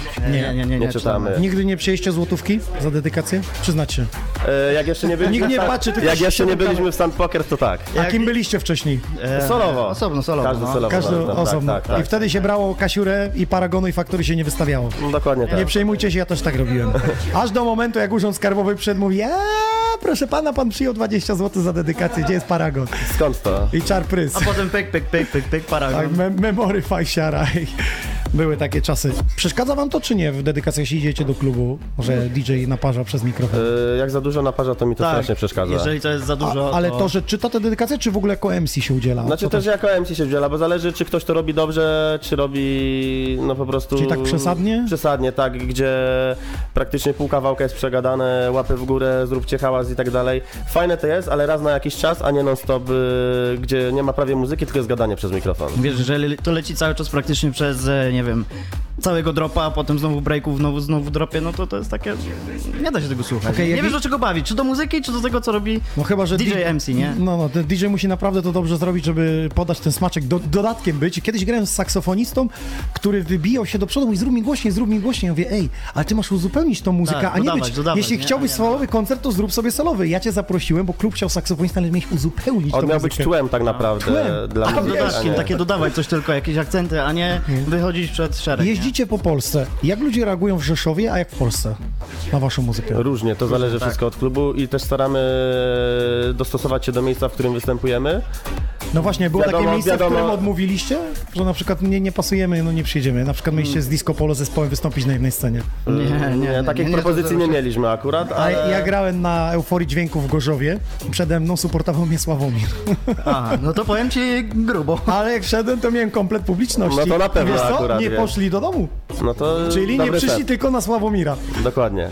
Nie czytamy. Nigdy nie przyjęliście złotówki za dedykację? Przyznać się. Jak jeszcze nie byliśmy, nikt nie patrzy, tylko jak jeszcze nie byliśmy w Sandpoker, to tak. A kim byliście wcześniej? Solowo. Osobno. Każdy solowo. Każdy osobno. Tak. I wtedy się brało Kasiurę i Paragonu i Faktury się nie wystawiało. No, dokładnie tak. Nie przejmujcie się, ja też tak robiłem. Aż do momentu, jak Urząd Skarbowy przyszedł, mówi, proszę pana, pan przyjął 20 zł za dedykację, gdzie jest Paragon? Skąd to? I czar prys. A potem pyk, Paragon. Tak, memory fajsiara. Były takie czasy. Przeszkadza wam to, czy nie w dedykacjach, jeśli idziecie do klubu, że DJ naparza przez mikrofon? Jak za dużo naparza, to mi to strasznie przeszkadza. Jeżeli to jest za dużo, ale to, że czyta te dedykacje, czy w ogóle jako MC się udziela? Znaczy też jako MC się udziela, bo zależy, czy ktoś to robi dobrze, czy robi no po prostu... Czyli tak przesadnie? Przesadnie, tak, gdzie praktycznie pół kawałka jest przegadane, łapy w górę, zróbcie hałas i tak dalej. Fajne to jest, ale raz na jakiś czas, a nie non-stop, gdzie nie ma prawie muzyki, tylko jest gadanie przez mikrofon. Wiesz, jeżeli to leci cały czas praktycznie przez, nie wiem, całego dropa, a potem znowu breaków, znowu dropie, no to jest takie... Nie da się tego słuchać. Okay, nie wiesz, do czego bawić, czy do muzyki, czy do tego, co robi chyba, że DJ MC, nie? No, ten DJ musi naprawdę to dobrze zrobić, żeby podać ten smaczek, dodatkiem być. Kiedyś grałem z saksofonistą, który wybijał się do przodu i zrób mi głośniej. Ja mówię, ej, ale ty masz uzupełnić tą muzykę, tak, a nie dodawać, jeśli chciałbyś solowy koncert, to zrób sobie solowy. Ja cię zaprosiłem, bo klub chciał saksofonista, ale miałeś uzupełnić tą muzykę. On miał być tłem tak naprawdę. Dla dodatkiem, takie dodawać coś tylko, jakieś akcenty, a nie wychodzić przed szereg. Jeździcie po Polsce. Jak ludzie reagują w Rzeszowie, a jak w Polsce na waszą muzykę? Różnie, to zależy wszystko od klubu i też staramy dostosować się do miejsca, w którym występujemy. No właśnie, było takie miejsce, w którym odmówiliście? Że na przykład nie pasujemy, no nie przyjedziemy. Na przykład mieliście z Disco Polo zespołem wystąpić na jednej scenie. Nie, takich propozycji nie mieliśmy akurat, ale... A ja grałem na Euforii Dźwięku w Gorzowie. Przede mną supportował mnie Sławomir. Aha, no to powiem ci grubo. Ale jak wszedłem, to miałem komplet publiczności. No to na pewno. Wiesz co? Akurat, nie poszli do domu. No to czyli nie przyszli tylko na Sławomira. Dokładnie.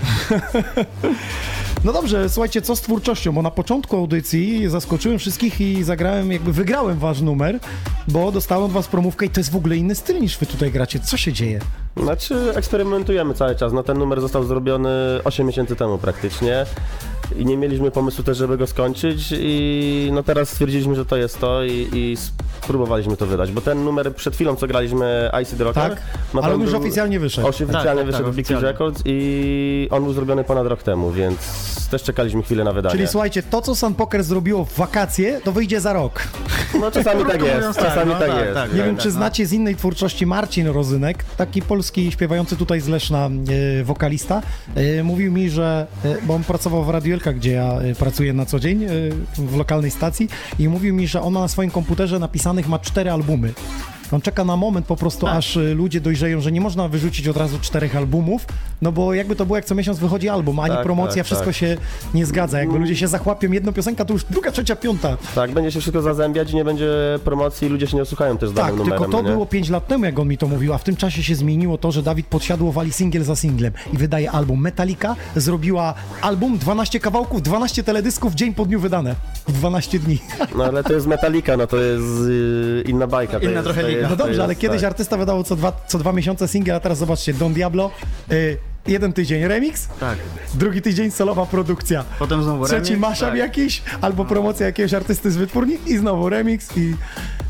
No dobrze, słuchajcie, co z twórczością, bo na początku audycji zaskoczyłem wszystkich i wygrałem wasz numer, bo dostałem od was promówkę i to jest w ogóle inny styl niż wy tutaj gracie. Co się dzieje? Znaczy, eksperymentujemy cały czas. No ten numer został zrobiony 8 miesięcy temu praktycznie i nie mieliśmy pomysłu też, żeby go skończyć i no teraz stwierdziliśmy, że to jest to i spróbowaliśmy to wydać, bo ten numer przed chwilą, co graliśmy Icy the Rocker, tak, ale on już oficjalnie wyszedł. Oficjalnie wyszedł w Big Fish Records i on był zrobiony ponad rok temu, więc też czekaliśmy chwilę na wydanie. Czyli słuchajcie, to co Sandpoker zrobiło w wakacje, to wyjdzie za rok. No czasami tak jest, czasami tak jest. Nie wiem, czy znacie z innej twórczości Marcin Rozynek, taki polski śpiewający tutaj z Leszna wokalista, mówił mi, że, bo on pracował w Radio Elka, gdzie ja pracuję na co dzień w lokalnej stacji i mówił mi, że on na swoim komputerze napisanych ma 4 albumy. On czeka na moment po prostu, aż ludzie dojrzeją, że nie można wyrzucić od razu 4 albumów, no bo jakby to było jak co miesiąc wychodzi album, ani promocja, wszystko się nie zgadza. Jakby ludzie się zachłapią jedną piosenkę, to już druga, trzecia, piąta. Tak, będzie się wszystko zazębiać i nie będzie promocji, ludzie się nie osłuchają też z danym numerem. Tak, tylko to było 5 lat temu, jak on mi to mówił, a w tym czasie się zmieniło to, że Dawid podsiadłowali singiel za singlem i wydaje album. Metallica zrobiła album, 12 kawałków, 12 teledysków, dzień po dniu wydane. W 12 dni. No ale to jest Metallica, no to jest inna bajka. Inna trochę liga. No dobrze, ale kiedyś artysta wydawał co dwa miesiące singiel, a teraz zobaczcie, Don Diablo, jeden tydzień remix, drugi tydzień solowa produkcja, potem znowu trzeci mashup jakiś, albo promocja jakiegoś artysty z wytwórni i znowu remix i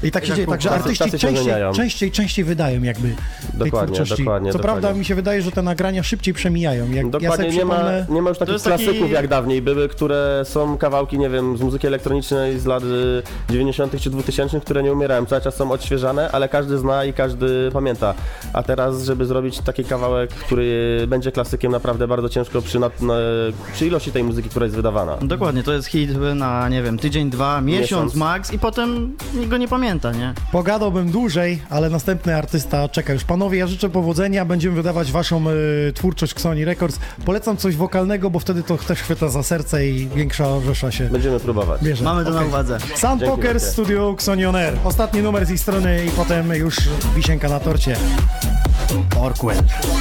I tak się dzieje, także artyści częściej wydają jakby tej twórczości. Dokładnie. Prawda mi się wydaje, że te nagrania szybciej przemijają. Dokładnie, nie ma już takich klasyków jak dawniej były, które są kawałki, nie wiem, z muzyki elektronicznej z lat 90. czy 2000, które nie umierają, cały czas są odświeżane, ale każdy zna i każdy pamięta. A teraz, żeby zrobić taki kawałek, który będzie klasykiem, naprawdę bardzo ciężko przy ilości tej muzyki, która jest wydawana. Dokładnie, to jest hit na, nie wiem, tydzień, dwa, miesiąc max i potem nikt go nie pamięta, nie? Pogadałbym dłużej, ale następny artysta czeka już. Panowie, ja życzę powodzenia, będziemy wydawać waszą twórczość Sony Records. Polecam coś wokalnego, bo wtedy to też chwyta za serce i większa rzesza się będziemy próbować. Bierze. Mamy to na uwadze. Soundpoker z studiu Xoni On Air. Ostatni numer z ich strony i potem już wisienka na torcie. Orkwell.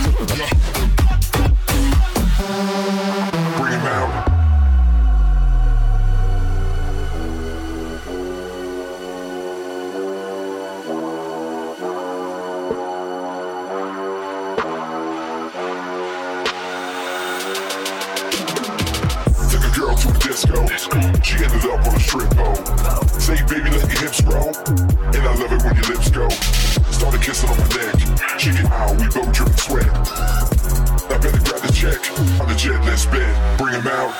She ended up on a strip pole. Say, baby, let your hips grow. And I love it when your lips go. Started kissing on my neck. She get out, we both drip and sweat. I better grab the check. On the jet, let's bet. Bring him out.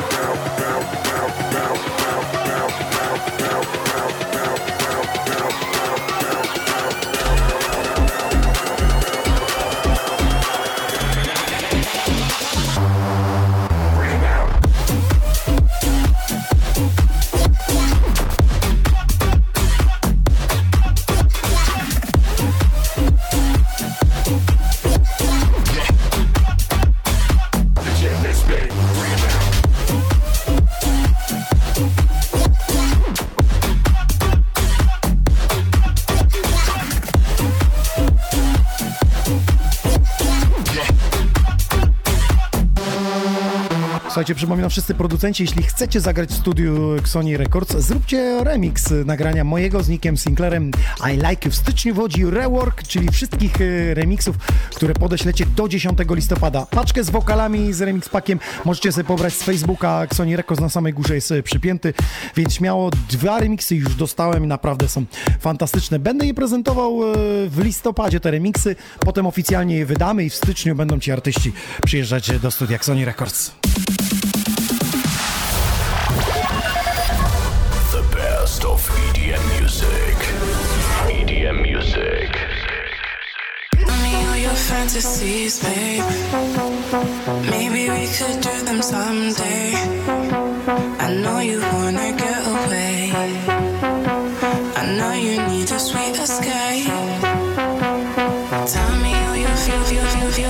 Słuchajcie, przypominam, wszyscy producenci, jeśli chcecie zagrać w studiu Sony Records, zróbcie remix nagrania mojego z Nickiem Sinclairem I Like You. W styczniu wchodzi rework, czyli wszystkich remixów, które podeślecie do 10 listopada. Paczkę z wokalami, z remix packiem możecie sobie pobrać z Facebooka. Sony Records na samej górze jest przypięty, więc śmiało 2 remixy już dostałem i naprawdę są fantastyczne. Będę je prezentował w listopadzie, te remixy, potem oficjalnie je wydamy i w styczniu będą ci artyści przyjeżdżać do studia Sony Records. Of EDM music. EDM music. Tell me all your fantasies, babe. Maybe we could do them someday. I know you wanna get away. I know you need a sweet escape. Tell me how you feel.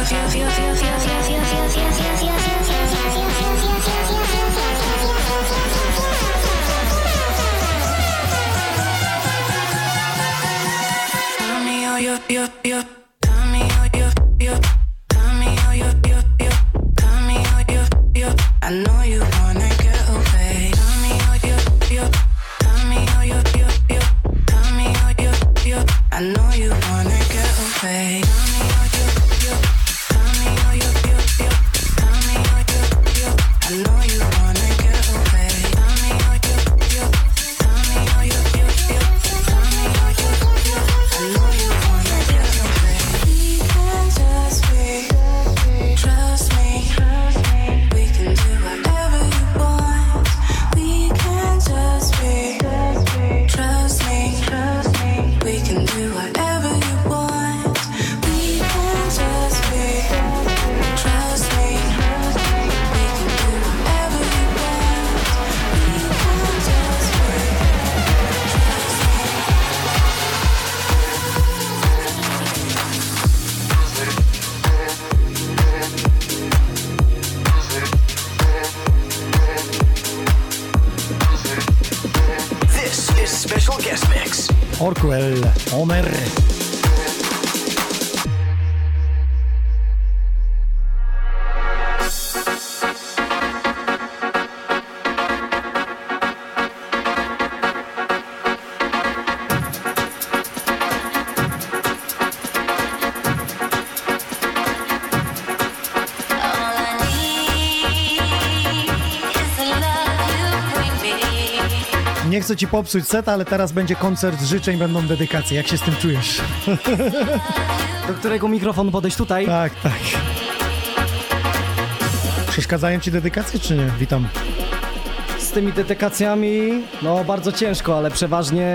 I know you wanna get away. Tell me how you tell me how you tell me how you I know you wanna get away. Tell me how you tell me how you I know you wanna get away. Tell me how you tell me how you tell me how you I know you wanna get away. We can just be, trust me. We can do whatever you want. We can just be, trust me. We can do whatever you want. We can just be, trust me. We can do whatever you want. We can just be, This is Special Guest Mix. Orkwell, Omer. chcę ci popsuć set, ale teraz będzie koncert życzeń, będą dedykacje. Jak się z tym czujesz? Do którego mikrofonu podejść tutaj? Tak. Przeszkadzają ci dedykacje, czy nie? Witam. Z tymi dedykacjami, no bardzo ciężko, ale przeważnie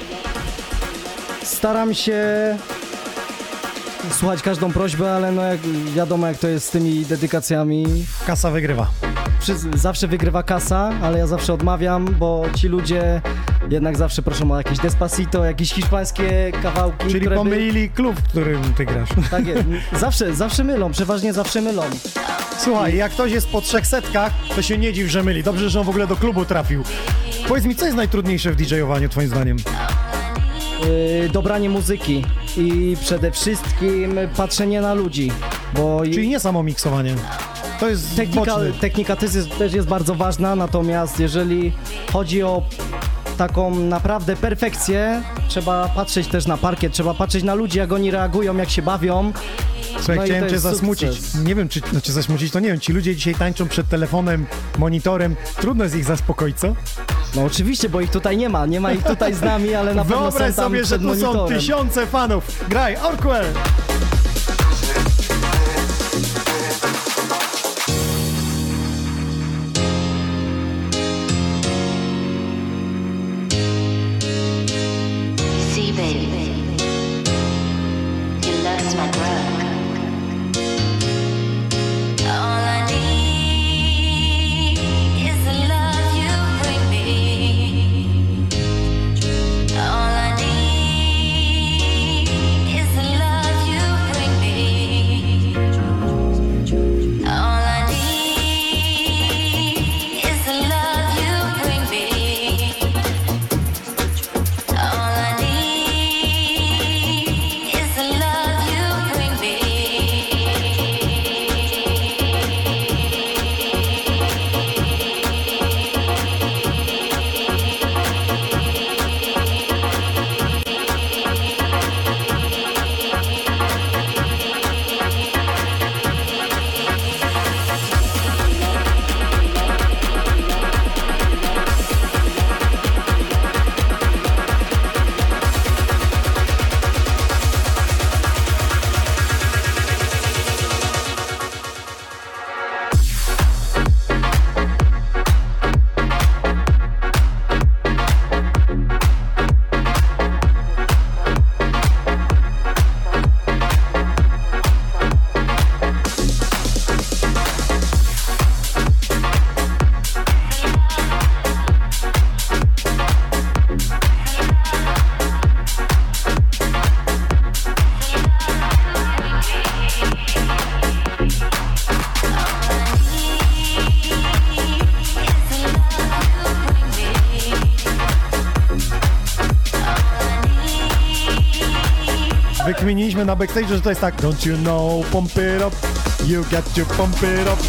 staram się słuchać każdą prośbę, ale no jak wiadomo, jak to jest z tymi dedykacjami. Kasa wygrywa. Zawsze wygrywa kasa, ale ja zawsze odmawiam, bo ci ludzie jednak zawsze proszą o jakieś Despacito, jakieś hiszpańskie kawałki. Czyli pomylili klub, w którym ty grasz. Tak jest. Zawsze mylą, przeważnie zawsze mylą. Słuchaj, jak ktoś jest po 300, to się nie dziw, że myli. Dobrze, że on w ogóle do klubu trafił. Powiedz mi, co jest najtrudniejsze w DJ-owaniu, twoim zdaniem? Dobranie muzyki i przede wszystkim patrzenie na ludzi. Czyli nie samo miksowanie. To jest technika też jest bardzo ważna, natomiast jeżeli chodzi o taką naprawdę perfekcję, trzeba patrzeć też na parkiet, trzeba patrzeć na ludzi, jak oni reagują, jak się bawią. Słuchaj, chciałem cię zasmucić. Nie wiem, czy cię zasmucić, to nie wiem. Ci ludzie dzisiaj tańczą przed telefonem, monitorem. Trudno jest ich zaspokoić, co? No oczywiście, bo ich tutaj nie ma ich tutaj z nami, ale na pewno są tam sobie, przed że tu monitorem. są tysiące fanów. Graj, Orkwell! Wykminiliśmy na backstage, że to jest tak. Don't you know, pump it up, you got to pump it up.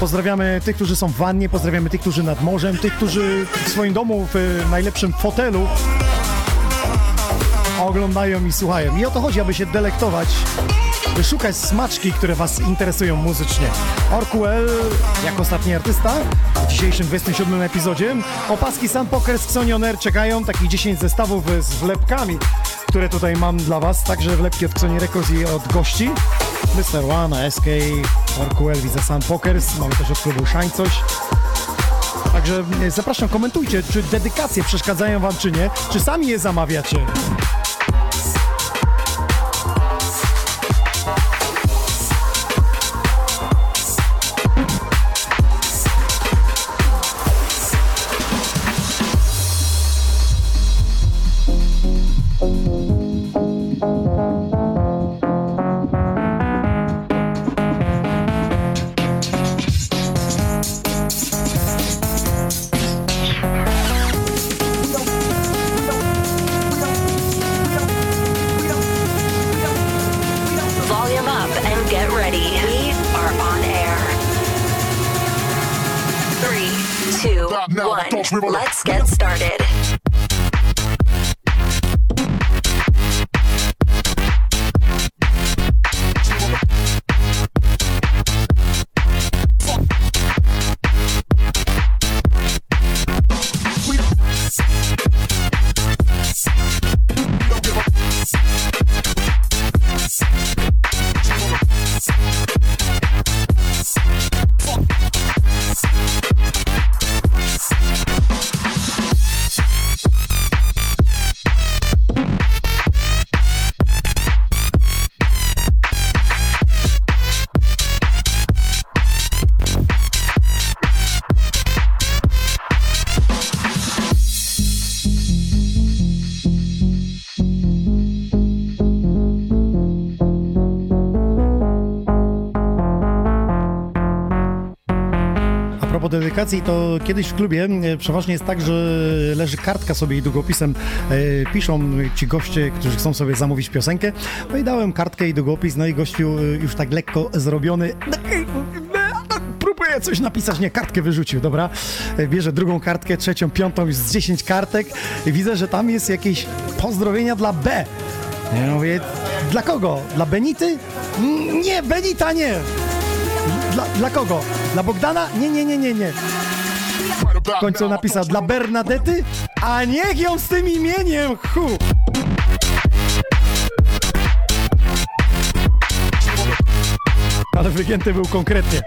Pozdrawiamy tych, którzy są w wannie, pozdrawiamy tych, którzy nad morzem, tych, którzy w swoim domu w najlepszym fotelu oglądają i słuchają. I o to chodzi, aby się delektować, by szukać smaczki, które was interesują muzycznie. Orkuel, jako ostatni artysta w dzisiejszym 27 epizodzie. Opaski Sun Poker z Xonioner czekają, takich 10 zestawów z wlepkami, które tutaj mam dla was, także wlepki od Xoni Records i od gości. Mr. One, SK, Orkuel, widzę Sun Pokers, mamy też od klubu Shine coś. Także zapraszam, komentujcie, czy dedykacje przeszkadzają wam, czy nie, czy sami je zamawiacie. Let's get started. Po dedykacji to kiedyś w klubie przeważnie jest tak, że leży kartka sobie i długopisem piszą ci goście, którzy chcą sobie zamówić piosenkę. No i dałem kartkę i długopis, no i gościu już tak lekko zrobiony próbuje coś napisać, nie, kartkę wyrzucił, dobra, bierze drugą kartkę, trzecią, piątą, już z 10 kartek i widzę, że tam jest jakieś pozdrowienia dla B. Ja mówię, dla kogo? Dla Benity? Nie, Benita nie! Dla kogo? Dla Bogdana? Nie. W końcu napisał dla Bernadety? A niech ją z tym imieniem, Ale wygięty był konkretnie.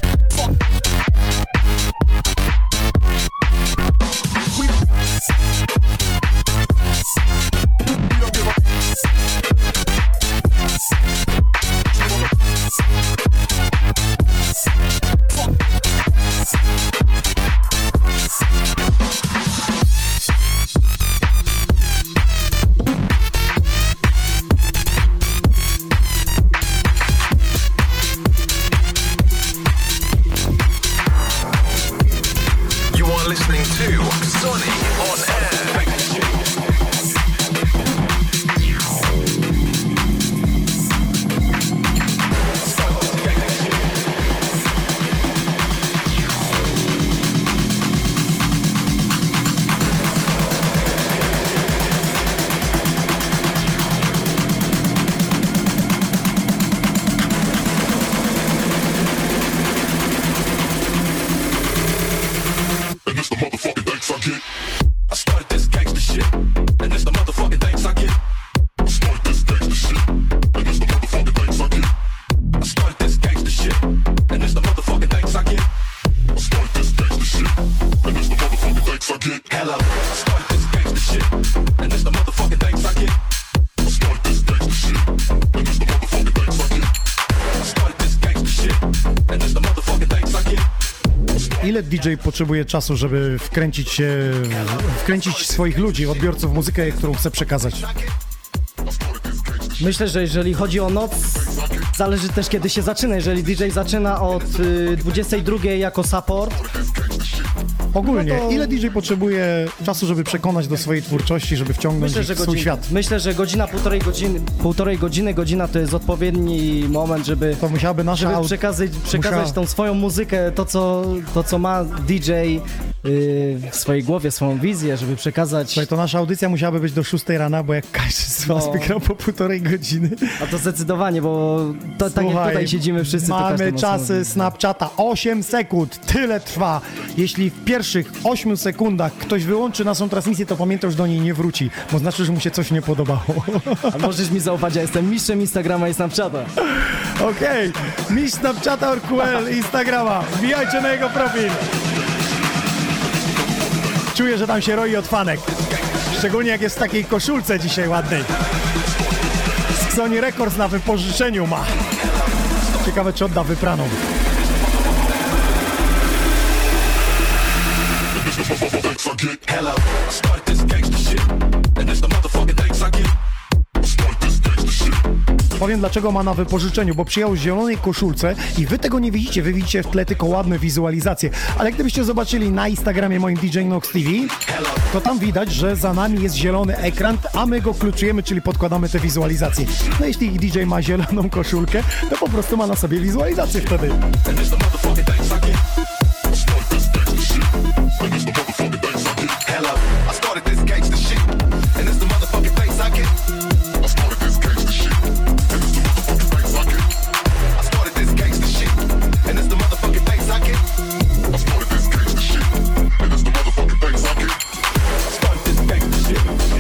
Ile DJ potrzebuje czasu, żeby wkręcić swoich ludzi, odbiorców, muzykę, którą chce przekazać? Myślę, że jeżeli chodzi o noc, zależy też kiedy się zaczyna. Jeżeli DJ zaczyna od 22 jako support, Ogólnie, No to- ile DJ potrzebuje czasu, żeby przekonać do swojej twórczości, żeby wciągnąć ich w swój świat? Myślę, że godzina, półtorej godzina to jest odpowiedni moment, żeby, to musiałaby nasza żeby przekazać tą swoją muzykę, to co ma DJ w swojej głowie, swoją wizję, żeby przekazać... Słuchaj, to nasza audycja musiałaby być do 6 rana, bo jak każdy z was wygrał po 1,5 godziny. A to zdecydowanie, bo to, tak jak tutaj siedzimy wszyscy, to każdy mamy ma czasy swoją Snapchata, 8 sekund, tyle trwa. Jeśli w pierwszych 8 sekundach ktoś wyłączy naszą transmisję, to pamięta, już do niej nie wróci, bo znaczy, że mu się coś nie podobało. A możesz mi zaufać, ja jestem mistrzem Instagrama i Snapchata. Okej, mistrz Snapchata Orkuel Instagrama, wbijajcie na jego profil. Czuję, że tam się roi od fanek. Szczególnie jak jest w takiej koszulce dzisiaj ładnej. Z Sony Records na wypożyczeniu ma. Ciekawe, czy odda wypraną. Hello, I started this gangsta shit, and it's the motherfucking thanks I get. Powiem, dlaczego ma na wypożyczeniu, bo przyjechał w zielonej koszulce i wy tego nie widzicie, wy widzicie w tle tylko ładne wizualizacje. Ale gdybyście zobaczyli na Instagramie moim DJ Nox TV, to tam widać, że za nami jest zielony ekran, a my go kluczujemy, czyli podkładamy te wizualizacje. No jeśli DJ ma zieloną koszulkę, to po prostu ma na sobie wizualizację wtedy. Hello, I started this gangsta shit, and it's the motherfucking thanks I get. I started this gangsta shit, and it's the motherfucking thanks I get. I started this gangsta shit, and it's the motherfucking thanks I get. I started this gangsta shit, and it's the motherfucking thanks I get. I started this gangsta shit.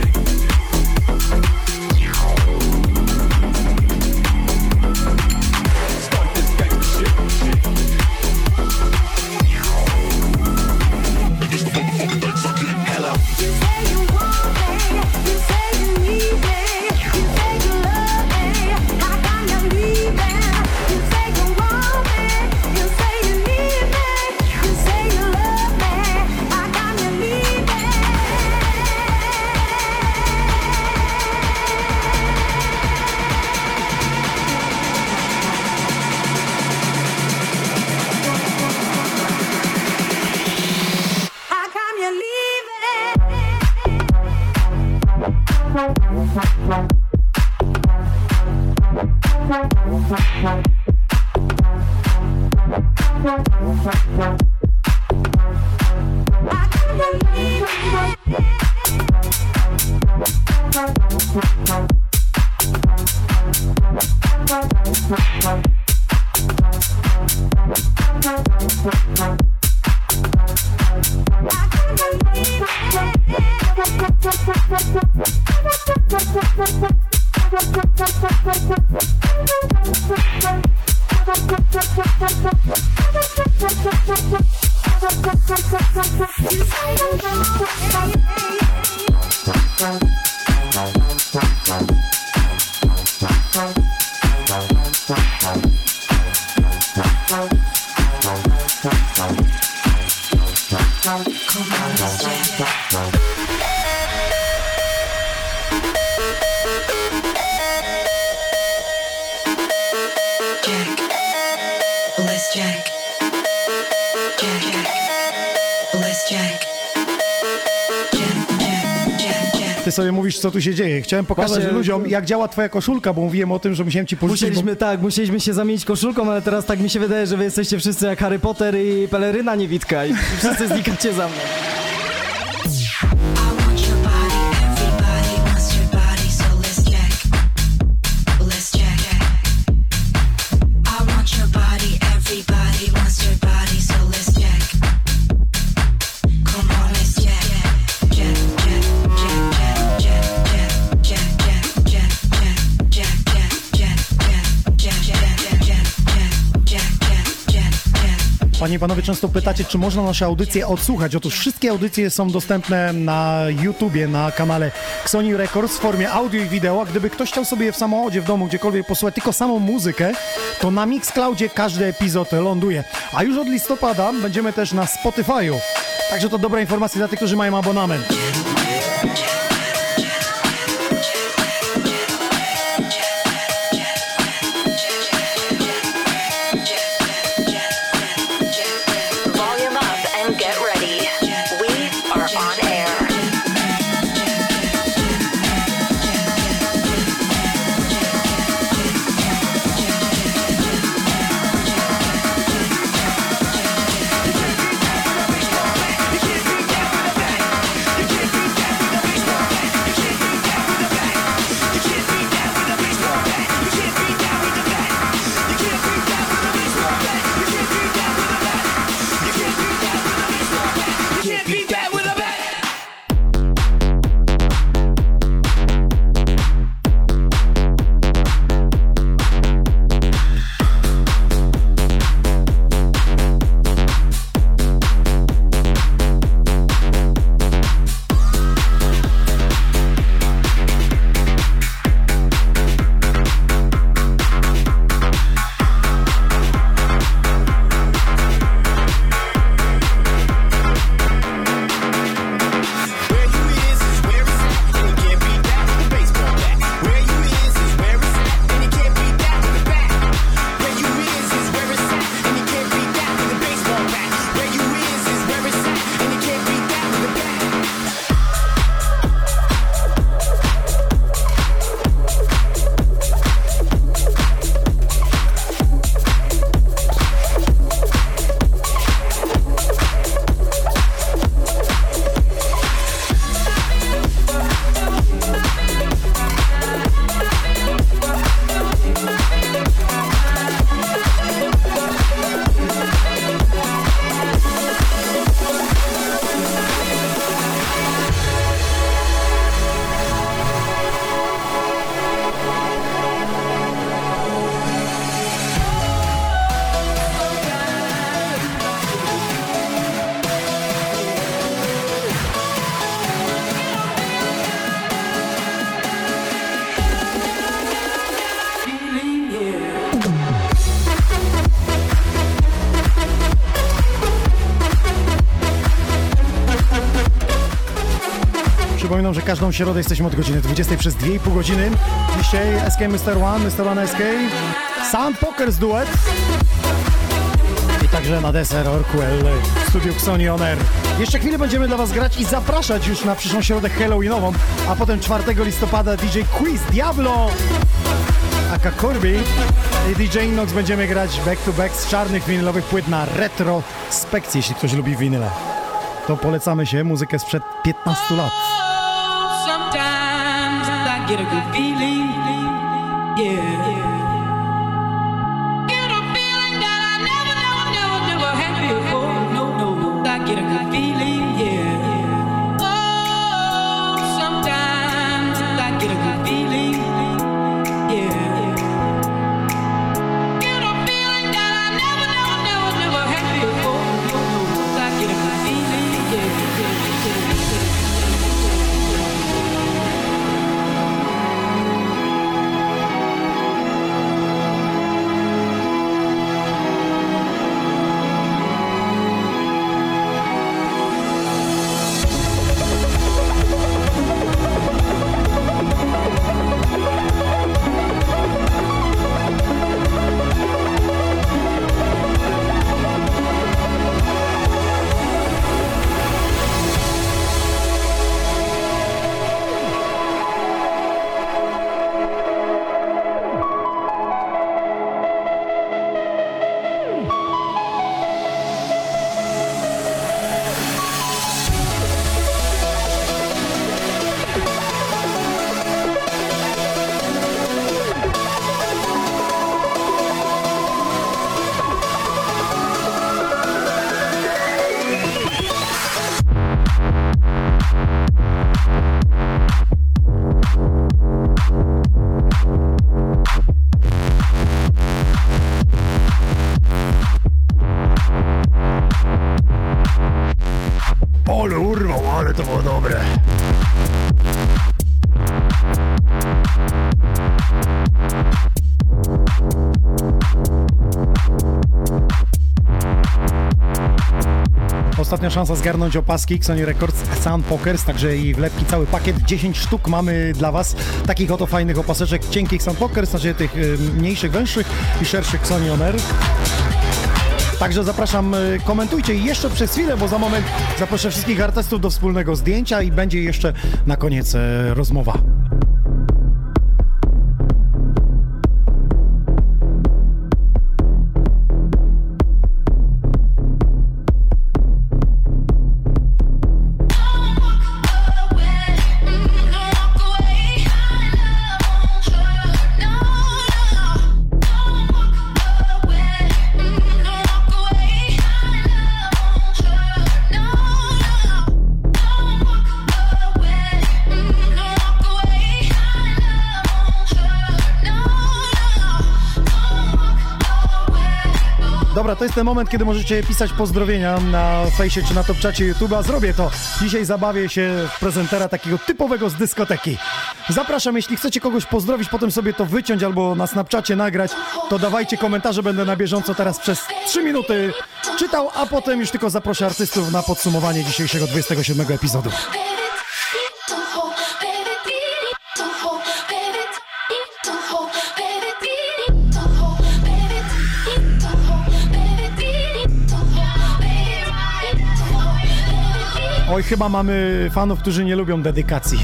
Ty sobie mówisz, co tu się dzieje. Chciałem pokazać ludziom, jak działa twoja koszulka, bo mówiłem o tym, że musiałem ci pożyczyć. Musieliśmy się zamienić koszulką, ale teraz tak mi się wydaje, że wy jesteście wszyscy jak Harry Potter i peleryna niewidka i wszyscy znikacie za mną. Panie i panowie, często pytacie, czy można nasze audycje odsłuchać. Otóż wszystkie audycje są dostępne na YouTubie, na kanale Sony Records w formie audio i wideo. A gdyby ktoś chciał sobie w samochodzie, w domu, gdziekolwiek posłuchać tylko samą muzykę, to na Mixcloudzie każdy epizod ląduje. A już od listopada będziemy też na Spotify'u. Także to dobra informacja dla tych, którzy mają abonament. Volume up and get ready. Przypominam, że każdą środę jesteśmy od godziny 20 przez 2,5 godziny. Dzisiaj SK Mr. One SK, Sound Pokers duet i także na deser Orquel w studiu Xoni On Air. Jeszcze chwilę będziemy dla Was grać i zapraszać już na przyszłą środę halloweenową, a potem 4 listopada DJ Quiz Diablo aka Corby i DJ Inox będziemy grać back to back z czarnych winylowych płyt na retrospekcji, jeśli ktoś lubi winyle. To polecamy się muzykę sprzed 15 lat. Sometimes I get a good feeling, yeah. Get a feeling that I never had before. No. I get a good feeling, yeah. Oh, sometimes I get a good feeling, yeah. Get a feeling that I never had before. No. I get a good feeling, yeah. Ale urwał, ale to było dobre. Ostatnia szansa zgarnąć opaski Xoni Records Sound Pokers, także i wlepki, cały pakiet, 10 sztuk mamy dla Was, takich oto fajnych opaseczek, cienkich Sound Pokers, znaczy tych mniejszych, węższych i szerszych Xoni On Air. Także zapraszam, komentujcie jeszcze przez chwilę, bo za moment zaproszę wszystkich artystów do wspólnego zdjęcia i będzie jeszcze na koniec rozmowa. Dobra, to jest ten moment, kiedy możecie pisać pozdrowienia na fejsie czy na topczacie YouTube'a. Zrobię to. Dzisiaj zabawię się w prezentera takiego typowego z dyskoteki. Zapraszam, jeśli chcecie kogoś pozdrowić, potem sobie to wyciąć albo na Snapchacie nagrać, to dawajcie komentarze, będę na bieżąco teraz przez 3 minuty czytał, a potem już tylko zaproszę artystów na podsumowanie dzisiejszego 27 epizodu. Oj, chyba mamy fanów, którzy nie lubią dedykacji.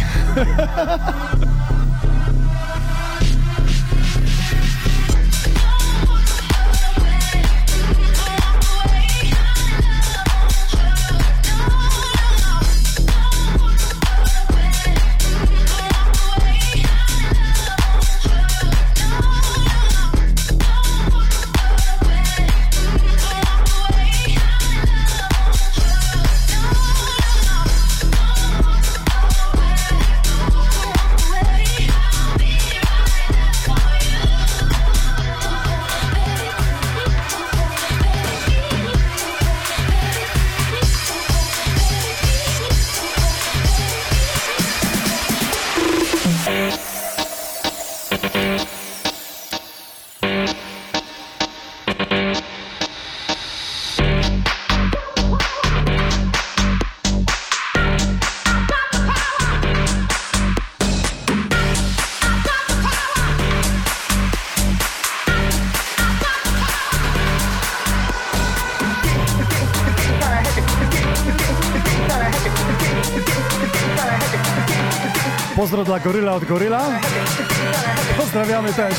Pozdro dla Goryla od Goryla. Pozdrawiamy też.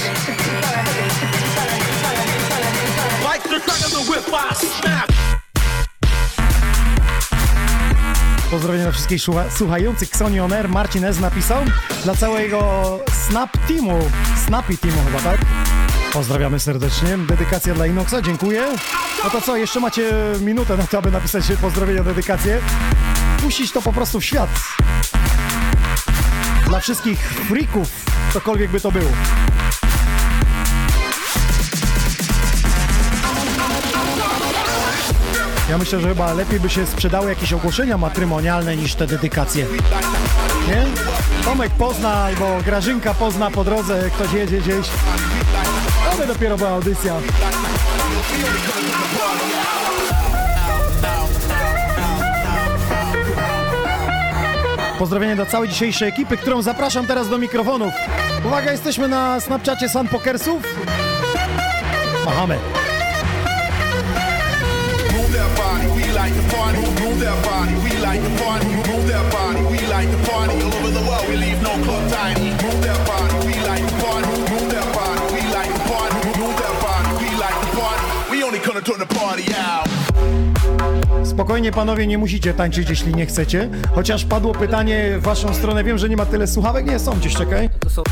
Pozdrowienia dla wszystkich słuchających Xoni On Air. Marcin S. napisał dla całego Snappy Teamu chyba, tak? Pozdrawiamy serdecznie. Dedykacja dla Inoxa, dziękuję. No to co, jeszcze macie minutę na to, aby napisać pozdrowienia, dedykację. Puścić to po prostu w świat. Dla wszystkich freaków, cokolwiek by to było. Ja myślę, że chyba lepiej by się sprzedały jakieś ogłoszenia matrymonialne niż te dedykacje. Nie? Tomek pozna albo Grażynka pozna po drodze, ktoś jedzie gdzieś. To by dopiero była audycja. Pozdrowienie dla całej dzisiejszej ekipy, którą zapraszam teraz do mikrofonów. Uwaga, jesteśmy na Snapchacie Sun Pokersów. Machamy. Like to party, move that body. We like to party, move that body. We like to party all over the world. We leave no club tiny. Move that body. We like to party, move that body. We like to party, move that body. We like to party. We only gonna turn the party out. Spokojnie panowie, nie musicie tańczyć, jeśli nie chcecie. Chociaż padło pytanie w waszą stronę. Wiem, że nie ma tyle słuchawek. Nie, są gdzieś, czekaj. To są...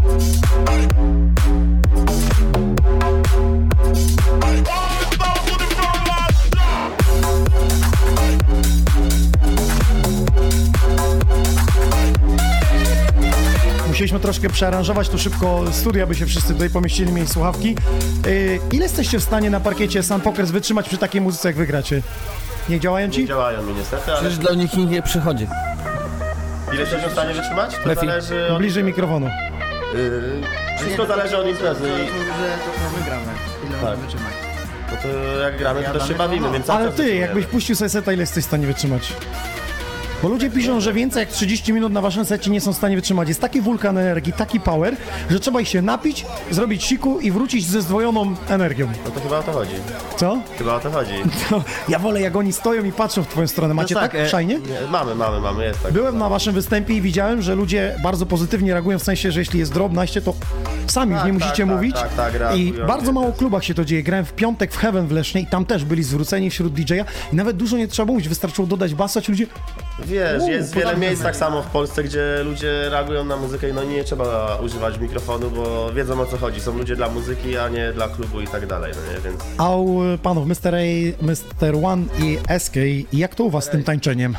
Musieliśmy troszkę przearanżować to szybko studia, by się wszyscy tutaj pomieścili, mieli słuchawki. Ile jesteście w stanie na parkiecie Sun Pokers wytrzymać przy takiej muzyce, jak wygracie? Nie działają ci? Nie działają mi niestety, ale... Przecież dla nich nikt nie przychodzi. Ile jesteśmy w stanie wytrzymać? To Lepiej, zależy od... bliżej mikrofonu. Wszystko zależy od imprezy. To wygramy. Ile tak. możemy wytrzymać? No to jak gramy, to też się bawimy, więc... Ale ty, jakbyś puścił sobie seta, ile jesteś w stanie wytrzymać? Bo ludzie piszą, że więcej jak 30 minut na waszym secie nie są w stanie wytrzymać. Jest taki wulkan energii, taki power, że trzeba ich się napić, zrobić siku i wrócić ze zdwojoną energią. No to chyba o to chodzi. Co? Chyba o to chodzi. To ja wolę, jak oni stoją i patrzą w twoją stronę. Macie no tak? Szajnie? Mamy, jest tak. Byłem na waszym występie i widziałem, że ludzie bardzo pozytywnie reagują, w sensie, że jeśli jest drop, naście, to sami już nie musicie mówić. I w bardzo mało klubach się to dzieje. Grałem w piątek w Heaven w Lesznie i tam też byli zwróceni wśród DJ-a i nawet dużo nie trzeba mówić, wystarczyło dodać basa, ci ludzie... Wiesz, jest wiele miejsc tak samo w Polsce, gdzie ludzie reagują na muzykę i no nie trzeba używać mikrofonu, bo wiedzą o co chodzi. Są ludzie dla muzyki, a nie dla klubu i tak dalej, no nie, więc... A u panów Mr. One i SK, jak to u was z tym tańczeniem?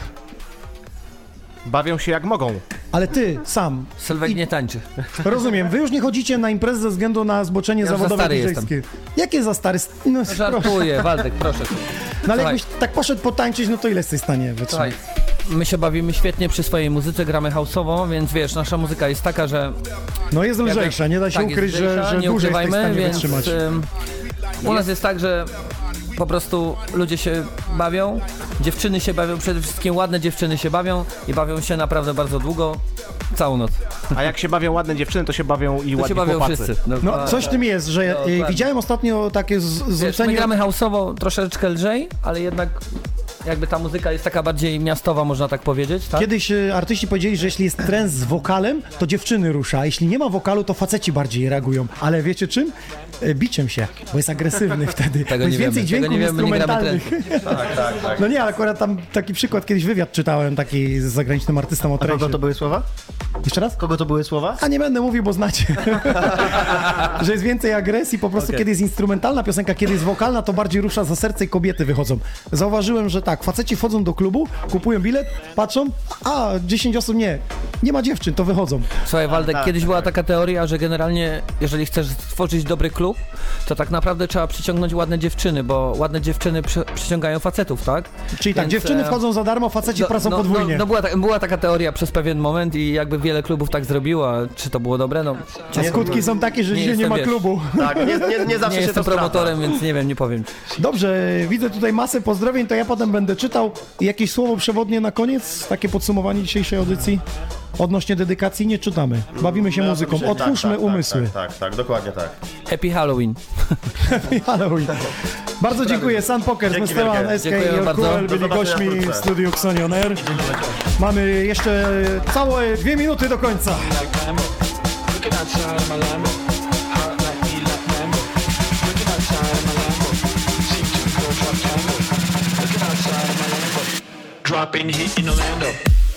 Bawią się jak mogą. Ale ty sam. Sylwek nie tańczy. Rozumiem, wy już nie chodzicie na imprezę ze względu na zboczenie zawodowe DJ-skie. Jakie za stary? No, żartuję, Waldek, proszę. No ale jakbyś tak poszedł potańczyć, no to ile jesteś w stanie wytrzymać? My się bawimy świetnie przy swojej muzyce, gramy house'owo, więc wiesz, nasza muzyka jest taka, że... No jest lżejsza, nie da się ukryć, że nie dłużej jesteś w stanie więc, wytrzymać. U nas jest tak, że po prostu ludzie się bawią, dziewczyny się bawią, przede wszystkim ładne dziewczyny się bawią i bawią się naprawdę bardzo długo, całą noc. A jak się bawią ładne dziewczyny, to się bawią i ładni chłopacy. Wszyscy. No coś w tym jest, że widziałem ostatnio takie zwrócenie... My gramy house'owo troszeczkę lżej, ale jednak jakby ta muzyka jest taka bardziej miastowa, można tak powiedzieć, tak? Kiedyś artyści powiedzieli, że jeśli jest trance z wokalem, to dziewczyny rusza, a jeśli nie ma wokalu, to faceci bardziej reagują. Ale wiecie czym? Biciem się, bo jest agresywny wtedy. Tego jest więcej dźwięków instrumentalnych. Tak. No nie, ale akurat tam taki przykład, kiedyś wywiad czytałem, taki z zagranicznym artystą o trensie. Kogo to były słowa? Jeszcze raz? Kogo to były słowa? A nie będę mówił, bo znacie. Że jest więcej agresji, po prostu kiedy jest instrumentalna piosenka, kiedy jest wokalna, to bardziej rusza za serce i kobiety wychodzą. Zauważyłem, że tak, faceci wchodzą do klubu, kupują bilet, patrzą, a 10 osób nie ma dziewczyn, to wychodzą. Słuchaj, Waldek, kiedyś była taka teoria, że generalnie jeżeli chcesz stworzyć dobry klub, to tak naprawdę trzeba przyciągnąć ładne dziewczyny, bo ładne dziewczyny przyciągają facetów, tak? Czyli tak, dziewczyny wchodzą za darmo, faceci płacą podwójnie. Była taka teoria przez pewien moment i jakby wiele klubów tak zrobiło, a czy to było dobre? No, a skutki są takie, że dzisiaj nie ma klubu. Tak, nie zawsze nie się to jestem promotorem, więc nie wiem, nie powiem. Dobrze, widzę tutaj masę pozdrowień, to ja potem będę czytał. Jakieś słowo przewodnie na koniec? Takie podsumowanie dzisiejszej audycji? Odnośnie dedykacji nie czytamy. Bawimy się muzyką. Otwórzmy umysły. Tak, dokładnie tak. Happy Halloween. Happy Halloween. Bardzo dziękuję, Sun Poker, Mestelan, SK i OQL byli gośćmi w studiu Xonion Air. Mamy jeszcze całe 2 minuty do końca. Dropping heat in Orlando.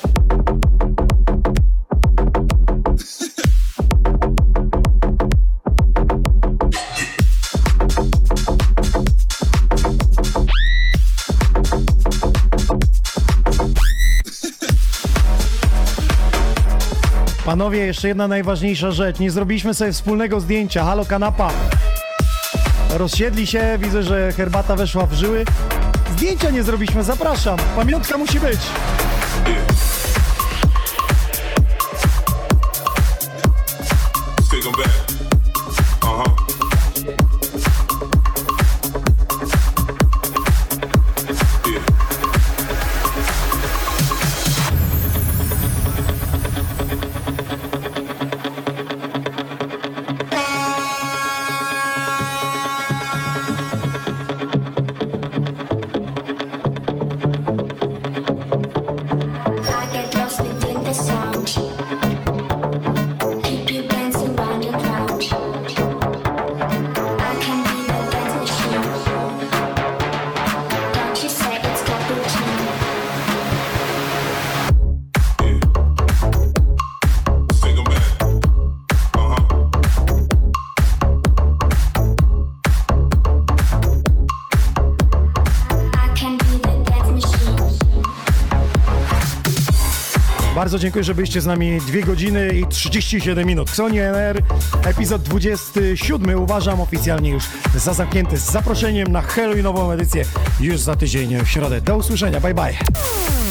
Panowie, jeszcze jedna najważniejsza rzecz. Nie zrobiliśmy sobie wspólnego zdjęcia. Halo, kanapa. Rozsiedli się, widzę, że herbata weszła w żyły. Zdjęcia nie zrobiliśmy, zapraszam. Pamiątka musi być. Bardzo dziękuję, że byliście z nami 2 godziny i 37 minut. Xonion Air, epizod 27 uważam oficjalnie już za zamknięty z zaproszeniem na Halloweenową edycję już za tydzień w środę. Do usłyszenia, bye bye.